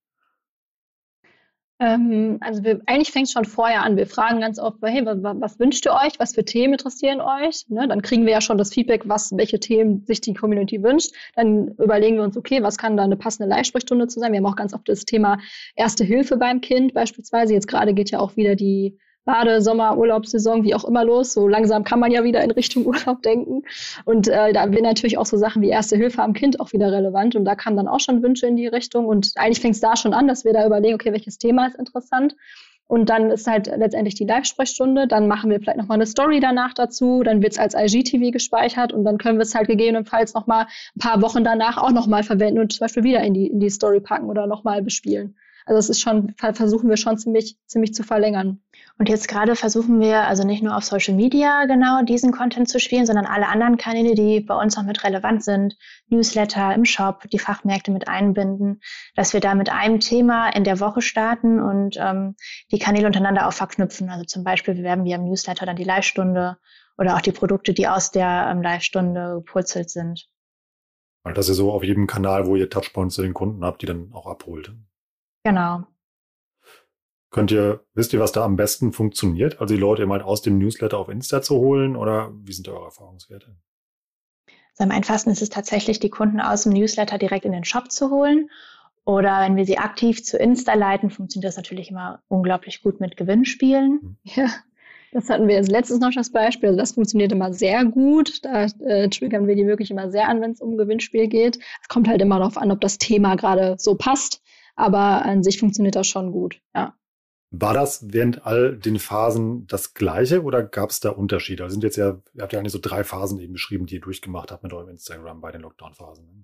Eigentlich fängt es schon vorher an. Wir fragen ganz oft, hey, was wünscht ihr euch? Was für Themen interessieren euch? Ne? Dann kriegen wir ja schon das Feedback, welche Themen sich die Community wünscht. Dann überlegen wir uns, okay, was kann da eine passende Live-Sprechstunde zu sein? Wir haben auch ganz oft das Thema Erste Hilfe beim Kind beispielsweise. Jetzt gerade geht ja auch wieder die Sommer, Urlaubssaison, wie auch immer los. So langsam kann man ja wieder in Richtung Urlaub denken. Und da werden natürlich auch so Sachen wie Erste Hilfe am Kind auch wieder relevant. Und da kamen dann auch schon Wünsche in die Richtung. Und eigentlich fängt es da schon an, dass wir da überlegen, okay, welches Thema ist interessant. Und dann ist halt letztendlich die Live-Sprechstunde. Dann machen wir vielleicht nochmal eine Story danach dazu. Dann wird es als IGTV gespeichert. Und dann können wir es halt gegebenenfalls nochmal ein paar Wochen danach auch nochmal verwenden und zum Beispiel wieder in die Story packen oder nochmal bespielen. Also es ist schon, versuchen wir schon ziemlich zu verlängern. Und jetzt gerade versuchen wir also nicht nur auf Social Media genau diesen Content zu spielen, sondern alle anderen Kanäle, die bei uns auch mit relevant sind, Newsletter im Shop, die Fachmärkte mit einbinden, dass wir da mit einem Thema in der Woche starten und die Kanäle untereinander auch verknüpfen. Also zum Beispiel bewerben wir im Newsletter dann die Live-Stunde oder auch die Produkte, die aus der Live-Stunde gepurzelt sind. Weil das ist so auf jedem Kanal, wo ihr Touchpoints zu den Kunden habt, die dann auch abholt. Genau. Wisst ihr, was da am besten funktioniert? Also die Leute mal aus dem Newsletter auf Insta zu holen oder wie sind eure Erfahrungswerte? Also am einfachsten ist es tatsächlich, die Kunden aus dem Newsletter direkt in den Shop zu holen. Oder wenn wir sie aktiv zu Insta leiten, funktioniert das natürlich immer unglaublich gut mit Gewinnspielen. Ja, das hatten wir jetzt letztens noch das Beispiel. Also das funktioniert immer sehr gut. Da triggern wir die wirklich immer sehr an, wenn es um Gewinnspiel geht. Es kommt halt immer darauf an, ob das Thema gerade so passt. Aber an sich funktioniert das schon gut, ja. War das während all den Phasen das Gleiche oder gab es da Unterschiede? Also ihr habt ja eigentlich so 3 Phasen eben beschrieben, die ihr durchgemacht habt mit eurem Instagram bei den Lockdown-Phasen.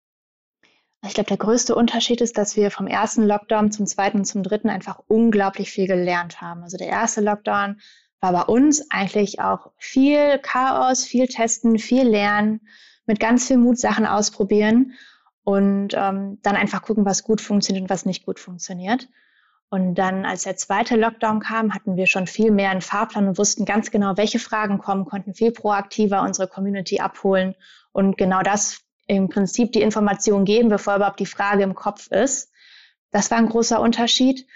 Ich glaube, der größte Unterschied ist, dass wir vom ersten Lockdown zum zweiten und zum dritten einfach unglaublich viel gelernt haben. Also der erste Lockdown war bei uns eigentlich auch viel Chaos, viel Testen, viel Lernen, mit ganz viel Mut Sachen ausprobieren und dann einfach gucken, was gut funktioniert und was nicht gut funktioniert. Und dann, als der zweite Lockdown kam, hatten wir schon viel mehr einen Fahrplan und wussten ganz genau, welche Fragen kommen, konnten viel proaktiver unsere Community abholen und genau das im Prinzip die Information geben, bevor überhaupt die Frage im Kopf ist. Das war ein großer Unterschied.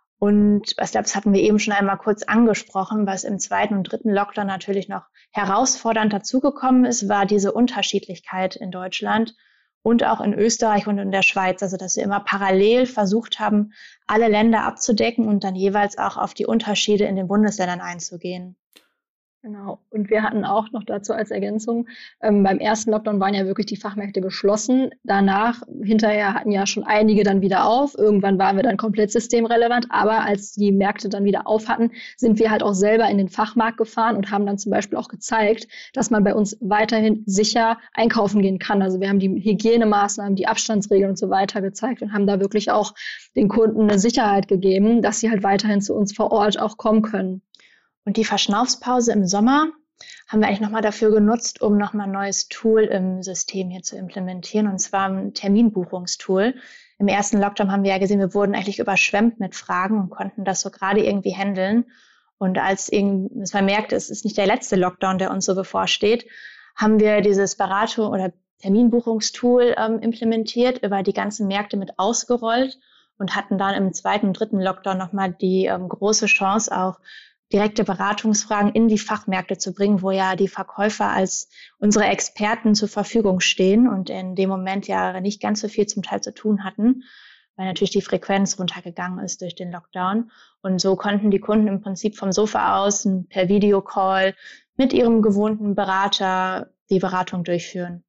Und ich glaube, das hatten wir eben schon einmal kurz angesprochen, was im zweiten und dritten Lockdown natürlich noch herausfordernd dazugekommen ist, war diese Unterschiedlichkeit in Deutschland und auch in Österreich und in der Schweiz. Also, dass wir immer parallel versucht haben, alle Länder abzudecken und dann jeweils auch auf die Unterschiede in den Bundesländern einzugehen. Genau. Und wir hatten auch noch dazu als Ergänzung, beim ersten Lockdown waren ja wirklich die Fachmärkte geschlossen. Danach, hinterher hatten ja schon einige dann wieder auf. Irgendwann waren wir dann komplett systemrelevant. Aber als die Märkte dann wieder auf hatten, sind wir halt auch selber in den Fachmarkt gefahren und haben dann zum Beispiel auch gezeigt, dass man bei uns weiterhin sicher einkaufen gehen kann. Also wir haben die Hygienemaßnahmen, die Abstandsregeln und so weiter gezeigt und haben da wirklich auch den Kunden eine Sicherheit gegeben, dass sie halt weiterhin zu uns vor Ort auch kommen können. Und die Verschnaufspause im Sommer haben wir eigentlich nochmal dafür genutzt, um nochmal ein neues Tool im System hier zu implementieren, und zwar ein Terminbuchungstool. Im ersten Lockdown haben wir ja gesehen, wir wurden eigentlich überschwemmt mit Fragen und konnten das so gerade irgendwie handeln. Und als man merkte, es ist nicht der letzte Lockdown, der uns so bevorsteht, haben wir dieses Beratung- oder Terminbuchungstool implementiert, über die ganzen Märkte mit ausgerollt und hatten dann im zweiten und dritten Lockdown nochmal die große Chance, auch direkte Beratungsfragen in die Fachmärkte zu bringen, wo ja die Verkäufer als unsere Experten zur Verfügung stehen und in dem Moment ja nicht ganz so viel zum Teil zu tun hatten, weil natürlich die Frequenz runtergegangen ist durch den Lockdown. Und so konnten die Kunden im Prinzip vom Sofa aus per Videocall mit ihrem gewohnten Berater die Beratung durchführen.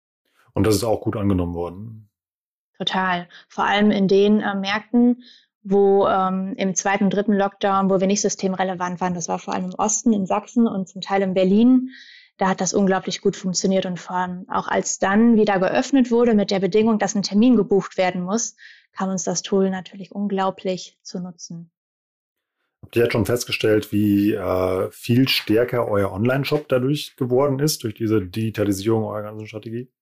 Und das ist auch gut angenommen worden. Total. Vor allem in den Märkten, wo im zweiten und dritten Lockdown, wo wir nicht systemrelevant waren, das war vor allem im Osten, in Sachsen und zum Teil in Berlin, da hat das unglaublich gut funktioniert. Und vor allem auch als dann wieder geöffnet wurde mit der Bedingung, dass ein Termin gebucht werden muss, kam uns das Tool natürlich unglaublich zu nutzen. Habt ihr jetzt schon festgestellt, wie viel stärker euer Online-Shop dadurch geworden ist, durch diese Digitalisierung eurer ganzen Strategie?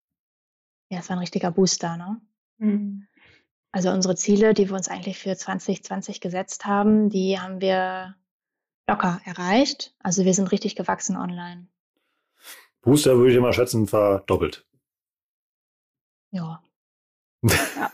Ja, es war ein richtiger Booster, ne? Mhm. Also unsere Ziele, die wir uns eigentlich für 2020 gesetzt haben, die haben wir locker erreicht. Also wir sind richtig gewachsen online. Booster würde ich immer schätzen, verdoppelt. Ja. Ja.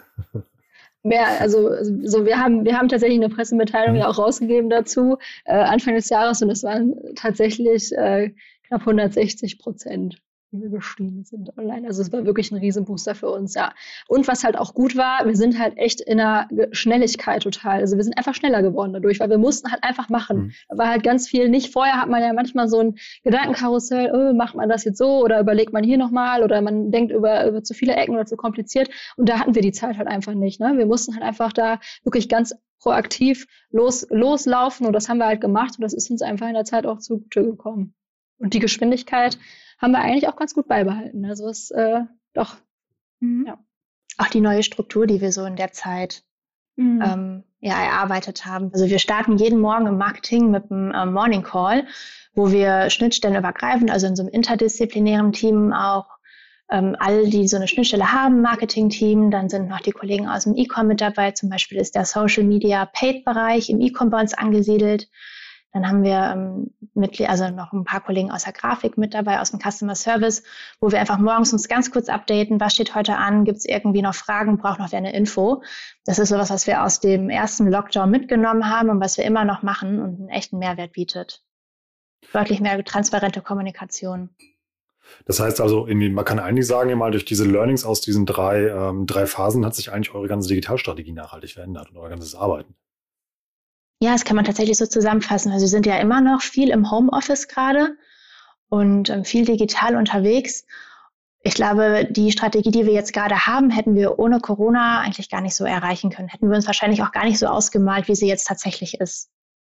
Wir haben tatsächlich eine Pressemitteilung ja auch rausgegeben dazu, Anfang des Jahres, und es waren tatsächlich knapp 160%. Die wir gestiegen sind online. Also es war wirklich ein Riesenbooster für uns, ja. Und was halt auch gut war, wir sind halt echt in der Schnelligkeit total. Also wir sind einfach schneller geworden dadurch, weil wir mussten halt einfach machen. Da war halt ganz viel nicht. Vorher hat man ja manchmal so ein Gedankenkarussell, macht man das jetzt so oder überlegt man hier nochmal oder man denkt über zu viele Ecken oder zu kompliziert. Und da hatten wir die Zeit halt einfach nicht, ne? Wir mussten halt einfach da wirklich ganz proaktiv loslaufen und das haben wir halt gemacht und das ist uns einfach in der Zeit auch zugute gekommen. Und die Geschwindigkeit haben wir eigentlich auch ganz gut beibehalten. Also es doch. Ja. Auch die neue Struktur, die wir so in der Zeit erarbeitet haben. Also wir starten jeden Morgen im Marketing mit einem Morning Call, wo wir schnittstellenübergreifend, also in so einem interdisziplinären Team auch alle, die so eine Schnittstelle haben, Marketing-Team, dann sind noch die Kollegen aus dem E-Com mit dabei. Zum Beispiel ist der Social Media Paid-Bereich im E-Com bei uns angesiedelt. Dann haben wir noch ein paar Kollegen aus der Grafik mit dabei, aus dem Customer Service, wo wir einfach morgens uns ganz kurz updaten, was steht heute an, gibt es irgendwie noch Fragen, braucht noch wer eine Info. Das ist sowas, was wir aus dem ersten Lockdown mitgenommen haben und was wir immer noch machen und einen echten Mehrwert bietet. Deutlich mehr transparente Kommunikation. Das heißt also, man kann eigentlich sagen, mal durch diese Learnings aus diesen drei Phasen hat sich eigentlich eure ganze Digitalstrategie nachhaltig verändert und euer ganzes Arbeiten. Ja, das kann man tatsächlich so zusammenfassen. Also wir sind ja immer noch viel im Homeoffice gerade und viel digital unterwegs. Ich glaube, die Strategie, die wir jetzt gerade haben, hätten wir ohne Corona eigentlich gar nicht so erreichen können. Hätten wir uns wahrscheinlich auch gar nicht so ausgemalt, wie sie jetzt tatsächlich ist.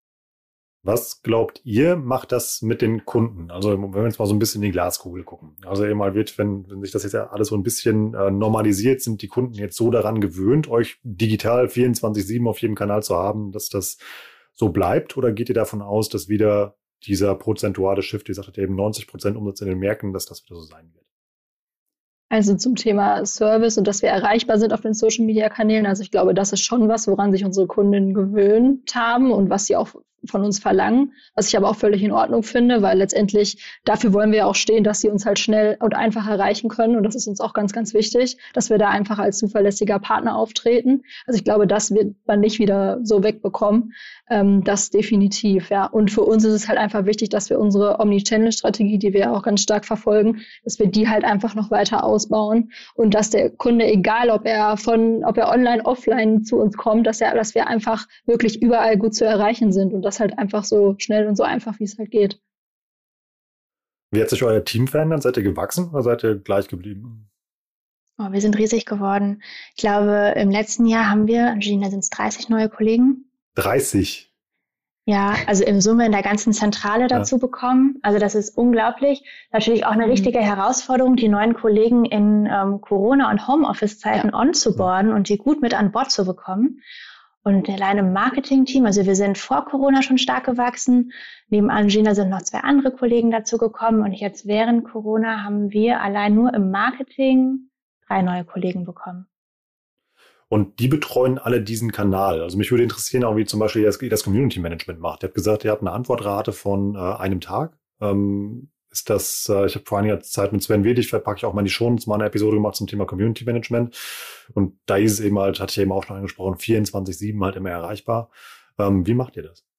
Was glaubt ihr, macht das mit den Kunden? Also wenn wir jetzt mal so ein bisschen in die Glaskugel gucken. Also eben mal wenn sich das jetzt ja alles so ein bisschen normalisiert, sind die Kunden jetzt so daran gewöhnt, euch digital 24/7 auf jedem Kanal zu haben, dass das so bleibt? Oder geht ihr davon aus, dass wieder dieser prozentuale Shift, ihr sagtet eben 90% Umsatz in den Märkten, dass das wieder so sein wird? Also zum Thema Service und dass wir erreichbar sind auf den Social-Media-Kanälen. Also ich glaube, das ist schon was, woran sich unsere Kunden gewöhnt haben und was sie auch von uns verlangen, was ich aber auch völlig in Ordnung finde, weil letztendlich dafür wollen wir ja auch stehen, dass sie uns halt schnell und einfach erreichen können. Und das ist uns auch ganz, ganz wichtig, dass wir da einfach als zuverlässiger Partner auftreten. Also ich glaube, das wird man nicht wieder so wegbekommen. Das definitiv, ja. Und für uns ist es halt einfach wichtig, dass wir unsere Omnichannel-Strategie, die wir auch ganz stark verfolgen, dass wir die halt einfach noch weiter ausbauen und dass der Kunde, egal ob er online, offline zu uns kommt, dass wir einfach wirklich überall gut zu erreichen sind und das halt einfach so schnell und so einfach, wie es halt geht. Wie hat sich euer Team verändert? Seid ihr gewachsen oder seid ihr gleich geblieben? Oh, wir sind riesig geworden. Ich glaube, im letzten Jahr haben wir, Angelina, sind es 30 neue Kollegen. 30? Ja, also im Summe in der ganzen Zentrale dazu bekommen. Also das ist unglaublich. Natürlich auch eine richtige Herausforderung, die neuen Kollegen in Corona- und Homeoffice-Zeiten onzuboarden und die gut mit an Bord zu bekommen. Und allein im Marketing-Team, also wir sind vor Corona schon stark gewachsen. Neben Angelina sind noch 2 andere Kollegen dazu gekommen. Und jetzt während Corona haben wir allein nur im Marketing 3 neue Kollegen bekommen. Und die betreuen alle diesen Kanal. Also mich würde interessieren, auch wie zum Beispiel das Community Management macht. Ihr habt gesagt, ihr habt eine Antwortrate von einem Tag. Ist das, ich habe vor einiger Zeit mit Sven Wedig, packe ich auch mal in die Shownotes, mal eine Episode gemacht zum Thema Community Management. Und da ist es eben halt, hatte ich eben auch schon angesprochen, 24/7 halt immer erreichbar. Wie macht ihr das?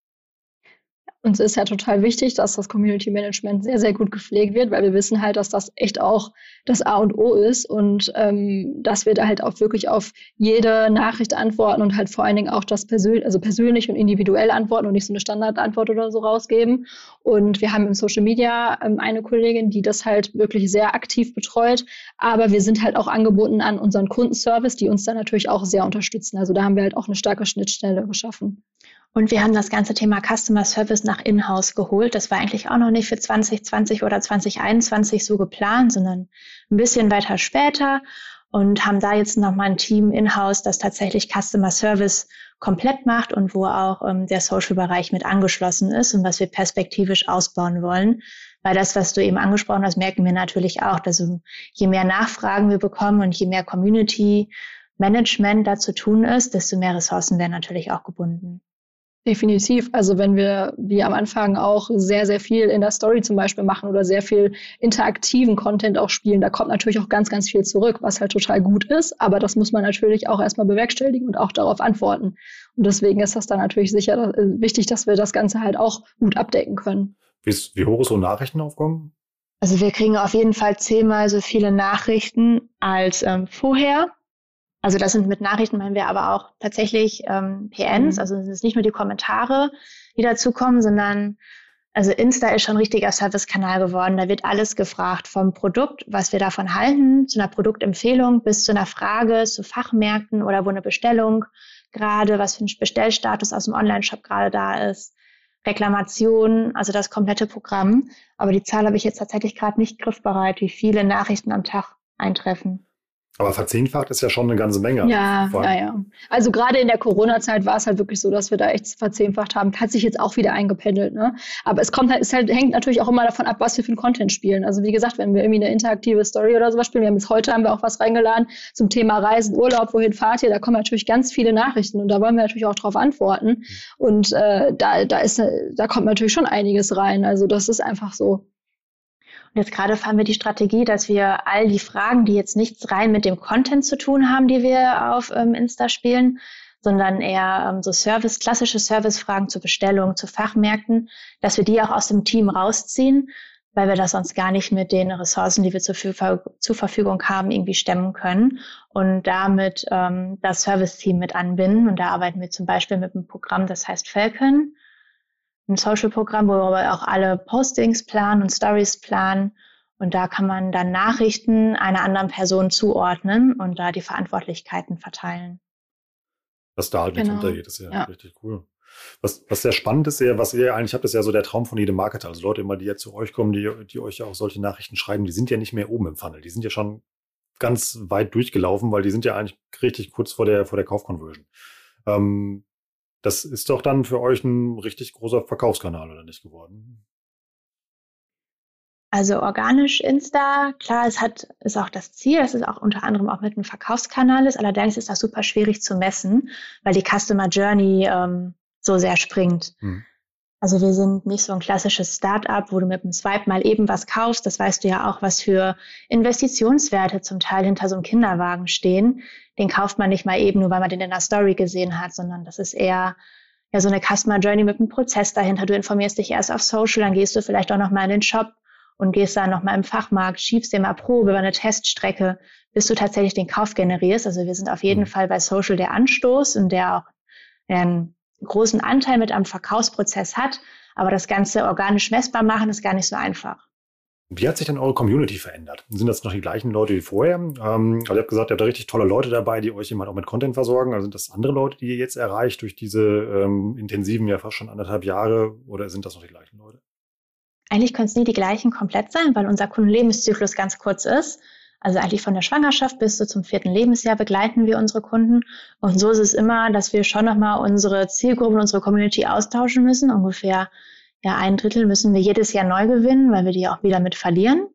Uns ist ja total wichtig, dass das Community Management sehr, sehr gut gepflegt wird, weil wir wissen halt, dass das echt auch das A und O ist und dass wir da halt auch wirklich auf jede Nachricht antworten und halt vor allen Dingen auch das persönlich und individuell antworten und nicht so eine Standardantwort oder so rausgeben. Und wir haben im Social Media eine Kollegin, die das halt wirklich sehr aktiv betreut, aber wir sind halt auch angebunden an unseren Kundenservice, die uns da natürlich auch sehr unterstützen. Also da haben wir halt auch eine starke Schnittstelle geschaffen. Und wir haben das ganze Thema Customer Service nach In-house geholt. Das war eigentlich auch noch nicht für 2020 oder 2021 so geplant, sondern ein bisschen weiter später und haben da jetzt nochmal ein Team in-house, das tatsächlich Customer Service komplett macht und wo auch der Social-Bereich mit angeschlossen ist und was wir perspektivisch ausbauen wollen. Weil das, was du eben angesprochen hast, merken wir natürlich auch, dass je mehr Nachfragen wir bekommen und je mehr Community Management da zu tun ist, desto mehr Ressourcen werden natürlich auch gebunden. Definitiv. Also wenn wir, wie am Anfang auch, sehr, sehr viel in der Story zum Beispiel machen oder sehr viel interaktiven Content auch spielen, da kommt natürlich auch ganz, ganz viel zurück, was halt total gut ist. Aber das muss man natürlich auch erstmal bewerkstelligen und auch darauf antworten. Und deswegen ist das dann natürlich sicher wichtig, dass wir das Ganze halt auch gut abdecken können. Wie hoch ist so ein Nachrichtenaufkommen? Also wir kriegen auf jeden Fall 10-mal so viele Nachrichten als vorher. Also das sind mit Nachrichten, meinen wir aber auch tatsächlich PNs, also es ist nicht nur die Kommentare, die dazukommen, sondern also Insta ist schon ein richtiger Servicekanal geworden. Da wird alles gefragt, vom Produkt, was wir davon halten, zu einer Produktempfehlung bis zu einer Frage zu Fachmärkten oder wo eine Bestellung gerade, was für ein Bestellstatus aus dem Onlineshop gerade da ist, Reklamation, also das komplette Programm. Aber die Zahl habe ich jetzt tatsächlich gerade nicht griffbereit, wie viele Nachrichten am Tag eintreffen. Aber verzehnfacht ist ja schon eine ganze Menge. Ja. Also gerade in der Corona-Zeit war es halt wirklich so, dass wir da echt verzehnfacht haben. Hat sich jetzt auch wieder eingependelt, ne? Aber hängt natürlich auch immer davon ab, was wir für einen Content spielen. Also wie gesagt, wenn wir irgendwie eine interaktive Story oder sowas spielen, haben wir auch was reingeladen zum Thema Reisen, Urlaub, wohin fahrt ihr? Da kommen natürlich ganz viele Nachrichten und da wollen wir natürlich auch drauf antworten. Und da kommt natürlich schon einiges rein. Also das ist einfach so. Und jetzt gerade fahren wir die Strategie, dass wir all die Fragen, die jetzt nichts rein mit dem Content zu tun haben, die wir auf Insta spielen, sondern eher klassische Servicefragen zur Bestellung, zu Fachmärkten, dass wir die auch aus dem Team rausziehen, weil wir das sonst gar nicht mit den Ressourcen, die wir zur Verfügung haben, irgendwie stemmen können und damit das Service-Team mit anbinden. Und da arbeiten wir zum Beispiel mit einem Programm, das heißt Falcon, ein Social-Programm, wo wir auch alle Postings planen und Stories planen Und da kann man dann Nachrichten einer anderen Person zuordnen und da die Verantwortlichkeiten verteilen. Dass da halt nichts untergeht, ist ja richtig cool. Was sehr spannend ist, was ihr eigentlich habt, ist ja so der Traum von jedem Marketer. Also Leute immer, die jetzt zu euch kommen, die euch ja auch solche Nachrichten schreiben, die sind ja nicht mehr oben im Funnel. Die sind ja schon ganz weit durchgelaufen, weil die sind ja eigentlich richtig kurz vor der Kaufconversion. Das ist doch dann für euch ein richtig großer Verkaufskanal, oder nicht, geworden? Also organisch Insta, klar, ist auch das Ziel, dass es auch unter anderem auch mit einem Verkaufskanal ist. Allerdings ist das super schwierig zu messen, weil die Customer Journey so sehr springt. Also wir sind nicht so ein klassisches Start-up, wo du mit dem Swipe mal eben was kaufst. Das weißt du ja auch, was für Investitionswerte zum Teil hinter so einem Kinderwagen stehen. Den kauft man nicht mal eben, nur weil man den in der Story gesehen hat, sondern das ist eher so eine Customer Journey mit einem Prozess dahinter. Du informierst dich erst auf Social, dann gehst du vielleicht auch noch mal in den Shop und gehst dann noch mal im Fachmarkt, schiebst dir mal Probe über eine Teststrecke, bis du tatsächlich den Kauf generierst. Also wir sind auf jeden Fall bei Social der Anstoß und der auch einen großen Anteil mit am Verkaufsprozess hat. Aber das Ganze organisch messbar machen ist gar nicht so einfach. Wie hat sich denn eure Community verändert? Sind das noch die gleichen Leute wie vorher? Also ihr habt gesagt, ihr habt da richtig tolle Leute dabei, die euch immer auch mit Content versorgen. Also sind das andere Leute, die ihr jetzt erreicht durch diese intensiven, ja fast schon 1,5 Jahre? Oder sind das noch die gleichen Leute? Eigentlich können es nie die gleichen komplett sein, weil unser Kundenlebenszyklus ganz kurz ist. Also eigentlich von der Schwangerschaft bis zum 4. Lebensjahr begleiten wir unsere Kunden. Und so ist es immer, dass wir schon nochmal unsere Zielgruppe und unsere Community austauschen müssen. Ungefähr 1/3 müssen wir jedes Jahr neu gewinnen, weil wir die auch wieder mit verlieren.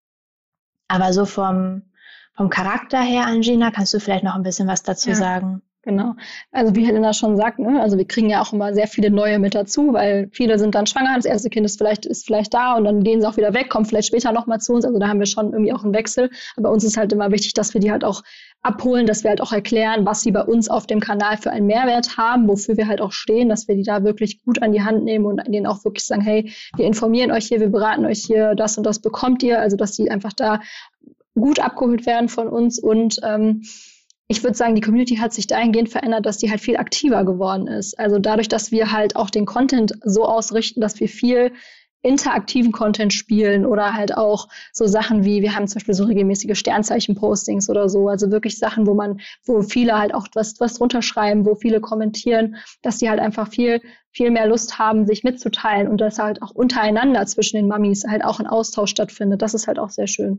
Aber so vom Charakter her, Angina, kannst du vielleicht noch ein bisschen was dazu sagen? Genau. Also wie Helena schon sagt, ne, also wir kriegen ja auch immer sehr viele neue mit dazu, weil viele sind dann schwanger, das erste Kind ist vielleicht da und dann gehen sie auch wieder weg, kommen vielleicht später nochmal zu uns. Also da haben wir schon irgendwie auch einen Wechsel. Aber uns ist halt immer wichtig, dass wir die halt auch abholen, dass wir halt auch erklären, was sie bei uns auf dem Kanal für einen Mehrwert haben, wofür wir halt auch stehen, dass wir die da wirklich gut an die Hand nehmen und denen auch wirklich sagen, hey, wir informieren euch hier, wir beraten euch hier, das und das bekommt ihr. Also dass die einfach da gut abgeholt werden von uns und ich würde sagen, die Community hat sich dahingehend verändert, dass die halt viel aktiver geworden ist. Also dadurch, dass wir halt auch den Content so ausrichten, dass wir viel interaktiven Content spielen oder halt auch so Sachen wie, wir haben zum Beispiel so regelmäßige Sternzeichen-Postings oder so, also wirklich Sachen, wo viele halt auch was drunter schreiben, wo viele kommentieren, dass die halt einfach viel, viel mehr Lust haben, sich mitzuteilen und dass halt auch untereinander zwischen den Mamis halt auch ein Austausch stattfindet. Das ist halt auch sehr schön.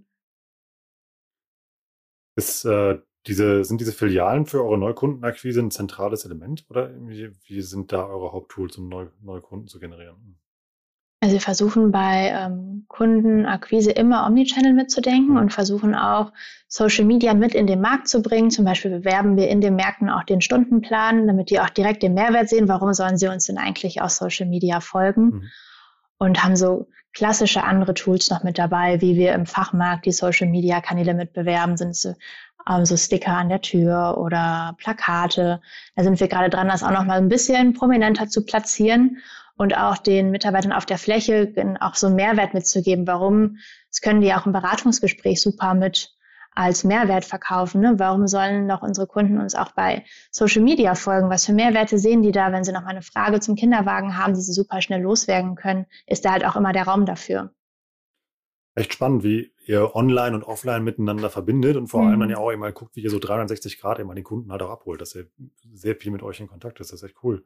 Sind diese Filialen für eure Neukundenakquise ein zentrales Element oder wie sind da eure Haupttools, um neue Kunden zu generieren? Also wir versuchen bei Kundenakquise immer Omnichannel mitzudenken und versuchen auch Social Media mit in den Markt zu bringen. Zum Beispiel bewerben wir in den Märkten auch den Stundenplan, damit die auch direkt den Mehrwert sehen. Warum sollen sie uns denn eigentlich auf Social Media folgen? Und haben so klassische andere Tools noch mit dabei, wie wir im Fachmarkt die Social Media Kanäle mitbewerben, sind so Sticker an der Tür oder Plakate. Da sind wir gerade dran, das auch noch mal ein bisschen prominenter zu platzieren und auch den Mitarbeitern auf der Fläche auch so einen Mehrwert mitzugeben. Warum? Das können die auch im Beratungsgespräch super mit als Mehrwert verkaufen. Ne? Warum sollen doch unsere Kunden uns auch bei Social Media folgen? Was für Mehrwerte sehen die da, wenn sie noch mal eine Frage zum Kinderwagen haben, die sie super schnell loswerden können? Ist da halt auch immer der Raum dafür. Echt spannend, wie ihr online und offline miteinander verbindet und vor allem dann ja auch immer guckt, wie ihr so 360 Grad immer den Kunden halt auch abholt, dass er sehr viel mit euch in Kontakt ist. Das ist echt cool.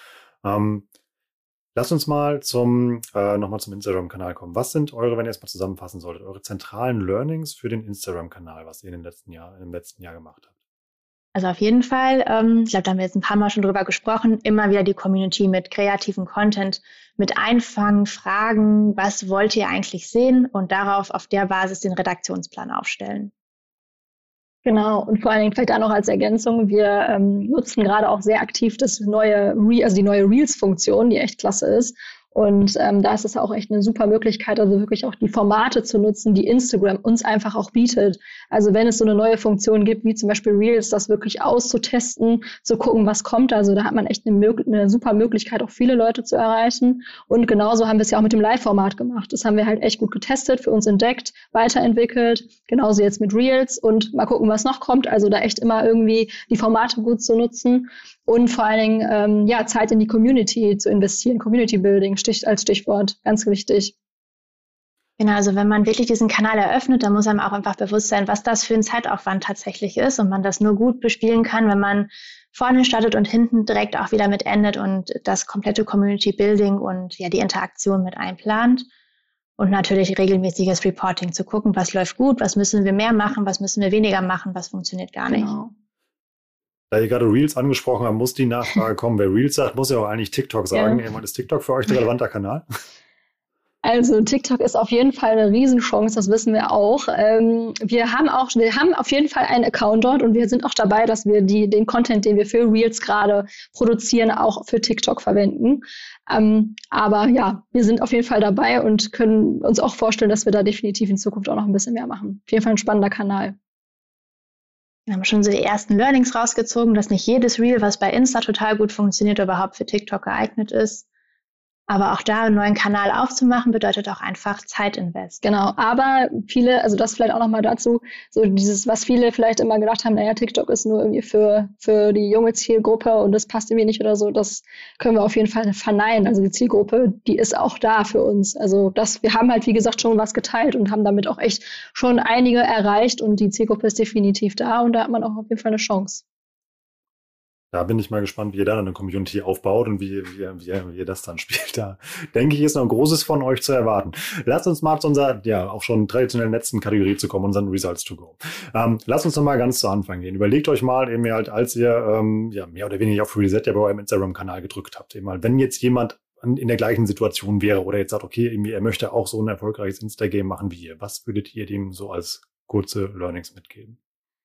Lasst uns mal nochmal zum Instagram-Kanal kommen. Was sind eure, wenn ihr es mal zusammenfassen solltet, eure zentralen Learnings für den Instagram-Kanal, was ihr im letzten Jahr gemacht habt? Also auf jeden Fall, ich glaube, da haben wir jetzt ein paar Mal schon drüber gesprochen, immer wieder die Community mit kreativen Content mit einfangen, fragen, was wollt ihr eigentlich sehen und auf der Basis den Redaktionsplan aufstellen. Genau, und vor allen Dingen vielleicht auch noch als Ergänzung, wir nutzen gerade auch sehr aktiv die neue Reels-Funktion, die echt klasse ist. Und da ist es auch echt eine super Möglichkeit, also wirklich auch die Formate zu nutzen, die Instagram uns einfach auch bietet. Also wenn es so eine neue Funktion gibt, wie zum Beispiel Reels, das wirklich auszutesten, zu gucken, was kommt. Also da hat man echt eine super Möglichkeit, auch viele Leute zu erreichen. Und genauso haben wir es ja auch mit dem Live-Format gemacht. Das haben wir halt echt gut getestet, für uns entdeckt, weiterentwickelt. Genauso jetzt mit Reels und mal gucken, was noch kommt. Also da echt immer irgendwie die Formate gut zu nutzen. Und vor allen Dingen Zeit in die Community zu investieren, Community Building als Stichwort, ganz wichtig. Genau, also wenn man wirklich diesen Kanal eröffnet, dann muss einem auch einfach bewusst sein, was das für ein Zeitaufwand tatsächlich ist und man das nur gut bespielen kann, wenn man vorne startet und hinten direkt auch wieder mit endet und das komplette Community Building und ja die Interaktion mit einplant. Und natürlich regelmäßiges Reporting zu gucken, was läuft gut, was müssen wir mehr machen, was müssen wir weniger machen, was funktioniert gar nicht. Da ihr gerade Reels angesprochen habt, muss die Nachfrage kommen. Wer Reels sagt, muss ja auch eigentlich TikTok sagen. Ja. Ist TikTok für euch ein relevanter Kanal? Also TikTok ist auf jeden Fall eine Riesenchance, das wissen wir auch. Wir haben auf jeden Fall einen Account dort und wir sind auch dabei, dass wir den Content, den wir für Reels gerade produzieren, auch für TikTok verwenden. Aber ja, wir sind auf jeden Fall dabei und können uns auch vorstellen, dass wir da definitiv in Zukunft auch noch ein bisschen mehr machen. Auf jeden Fall ein spannender Kanal. Wir haben schon so die ersten Learnings rausgezogen, dass nicht jedes Reel, was bei Insta total gut funktioniert, überhaupt für TikTok geeignet ist. Aber auch da einen neuen Kanal aufzumachen, bedeutet auch einfach Zeitinvest. Genau, aber viele, also das vielleicht auch nochmal dazu, so dieses, was viele vielleicht immer gedacht haben, naja, TikTok ist nur irgendwie für die junge Zielgruppe und das passt irgendwie nicht oder so, das können wir auf jeden Fall verneinen. Also die Zielgruppe, die ist auch da für uns. Also wir haben halt, wie gesagt, schon was geteilt und haben damit auch echt schon einige erreicht und die Zielgruppe ist definitiv da und da hat man auch auf jeden Fall eine Chance. Da bin ich mal gespannt, wie ihr da eine Community aufbaut und wie ihr das dann spielt. Da denke ich, ist noch ein Großes von euch zu erwarten. Lasst uns mal zu unserer, ja, auch schon traditionellen letzten Kategorie zu kommen, unseren Results to go. Lasst uns noch mal ganz zu Anfang gehen. Überlegt euch mal eben halt, als ihr mehr oder weniger auf Reset ja bei eurem Instagram-Kanal gedrückt habt, eben mal, wenn jetzt jemand in der gleichen Situation wäre oder jetzt sagt, okay, irgendwie er möchte auch so ein erfolgreiches Insta-Game machen wie ihr. Was würdet ihr dem so als kurze Learnings mitgeben?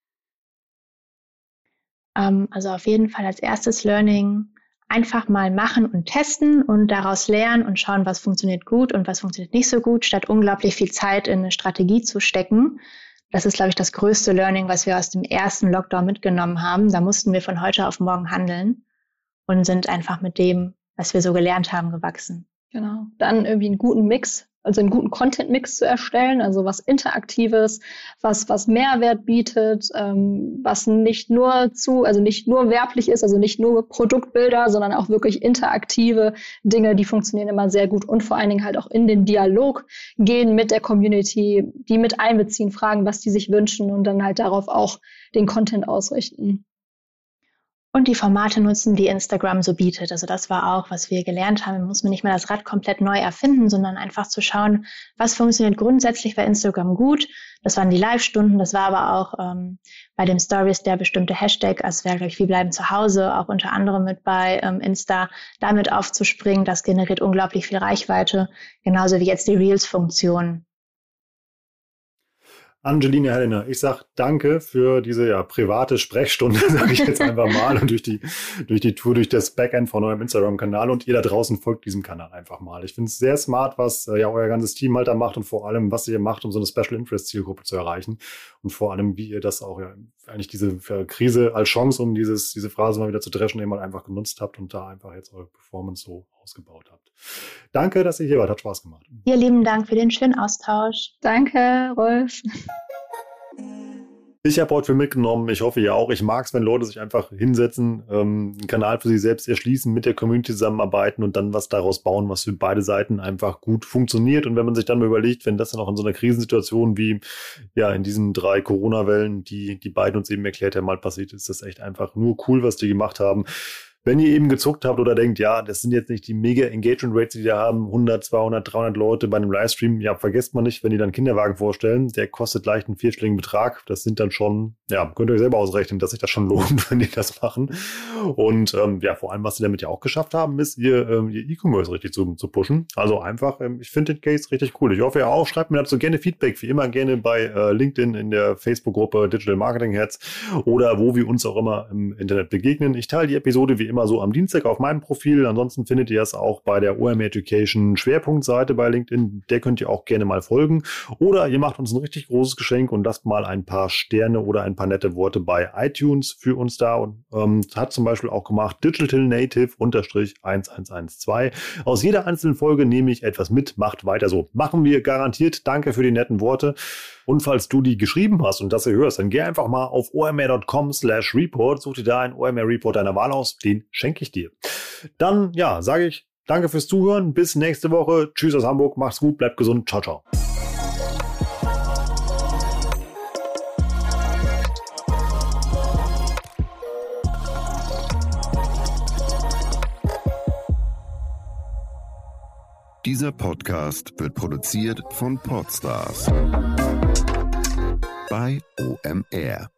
Also auf jeden Fall als erstes Learning einfach mal machen und testen und daraus lernen und schauen, was funktioniert gut und was funktioniert nicht so gut, statt unglaublich viel Zeit in eine Strategie zu stecken. Das ist, glaube ich, das größte Learning, was wir aus dem ersten Lockdown mitgenommen haben. Da mussten wir von heute auf morgen handeln und sind einfach mit dem, was wir so gelernt haben, gewachsen. Genau. Dann irgendwie einen guten Mix, also einen guten Content-Mix zu erstellen, also was Interaktives, was Mehrwert bietet, was nicht nur werblich ist, also nicht nur Produktbilder, sondern auch wirklich interaktive Dinge, die funktionieren immer sehr gut und vor allen Dingen halt auch in den Dialog gehen mit der Community, die mit einbeziehen, fragen, was die sich wünschen und dann halt darauf auch den Content ausrichten. Und die Formate nutzen, die Instagram so bietet. Also das war auch, was wir gelernt haben. Muss man nicht mehr das Rad komplett neu erfinden, sondern einfach zu schauen, was funktioniert grundsätzlich bei Instagram gut. Das waren die Live-Stunden, das war aber auch bei den Stories der bestimmte Hashtag, also wäre, glaube ich, wir bleiben zu Hause, auch unter anderem mit bei Insta, damit aufzuspringen. Das generiert unglaublich viel Reichweite, genauso wie jetzt die Reels-Funktion. Angelina, Helena, ich sag danke für diese private Sprechstunde, sage ich jetzt einfach mal, und durch die Tour, durch das Backend von eurem Instagram-Kanal, und ihr da draußen folgt diesem Kanal einfach mal. Ich finde es sehr smart, was euer ganzes Team halt da macht und vor allem, was ihr macht, um so eine Special-Interest-Zielgruppe zu erreichen und vor allem, wie ihr das auch eigentlich diese Krise als Chance, um diese Phrase mal wieder zu dreschen, eben halt einfach genutzt habt und da einfach jetzt eure Performance so ausgebaut habt. Danke, dass ihr hier wart. Hat Spaß gemacht. Ja, lieben Dank für den schönen Austausch. Danke, Rolf. Ich habe heute viel mitgenommen. Ich hoffe, ihr auch. Ich mag es, wenn Leute sich einfach hinsetzen, einen Kanal für sich selbst erschließen, mit der Community zusammenarbeiten und dann was daraus bauen, was für beide Seiten einfach gut funktioniert. Und wenn man sich dann mal überlegt, wenn das dann auch in so einer Krisensituation wie in diesen 3 Corona-Wellen, die beiden uns eben erklärt haben, mal passiert ist, das echt einfach nur cool, was die gemacht haben. Wenn ihr eben gezuckt habt oder denkt, das sind jetzt nicht die mega Engagement Rates, die da haben, 100, 200, 300 Leute bei einem Livestream, vergesst man nicht, wenn die dann Kinderwagen vorstellen, der kostet leicht einen 4-stelligen Betrag. Das sind dann schon, könnt ihr euch selber ausrechnen, dass sich das schon lohnt, wenn die das machen. Und vor allem, was sie damit auch geschafft haben, ist, ihr E-Commerce richtig zu pushen. Also einfach, ich finde den Case richtig cool. Ich hoffe, ihr auch. Schreibt mir dazu gerne Feedback, wie immer gerne bei LinkedIn in der Facebook-Gruppe Digital Marketing Heads oder wo wir uns auch immer im Internet begegnen. Ich teile die Episode wie immer so am Dienstag auf meinem Profil. Ansonsten findet ihr es auch bei der OMR Education Schwerpunktseite bei LinkedIn. Der könnt ihr auch gerne mal folgen. Oder ihr macht uns ein richtig großes Geschenk und lasst mal ein paar Sterne oder ein paar nette Worte bei iTunes für uns da. Und hat zum Beispiel auch gemacht Digital Native _1112. Aus jeder einzelnen Folge nehme ich etwas mit. Macht weiter so. Machen wir garantiert. Danke für die netten Worte. Und falls du die geschrieben hast und das ihr hörst, dann geh einfach mal auf omr.com/report, such dir da einen OMR-Report deiner Wahl aus, den schenke ich dir. Dann, sage ich danke fürs Zuhören, bis nächste Woche. Tschüss aus Hamburg, macht's gut, bleibt gesund, ciao, ciao. Dieser Podcast wird produziert von Podstars bei OMR.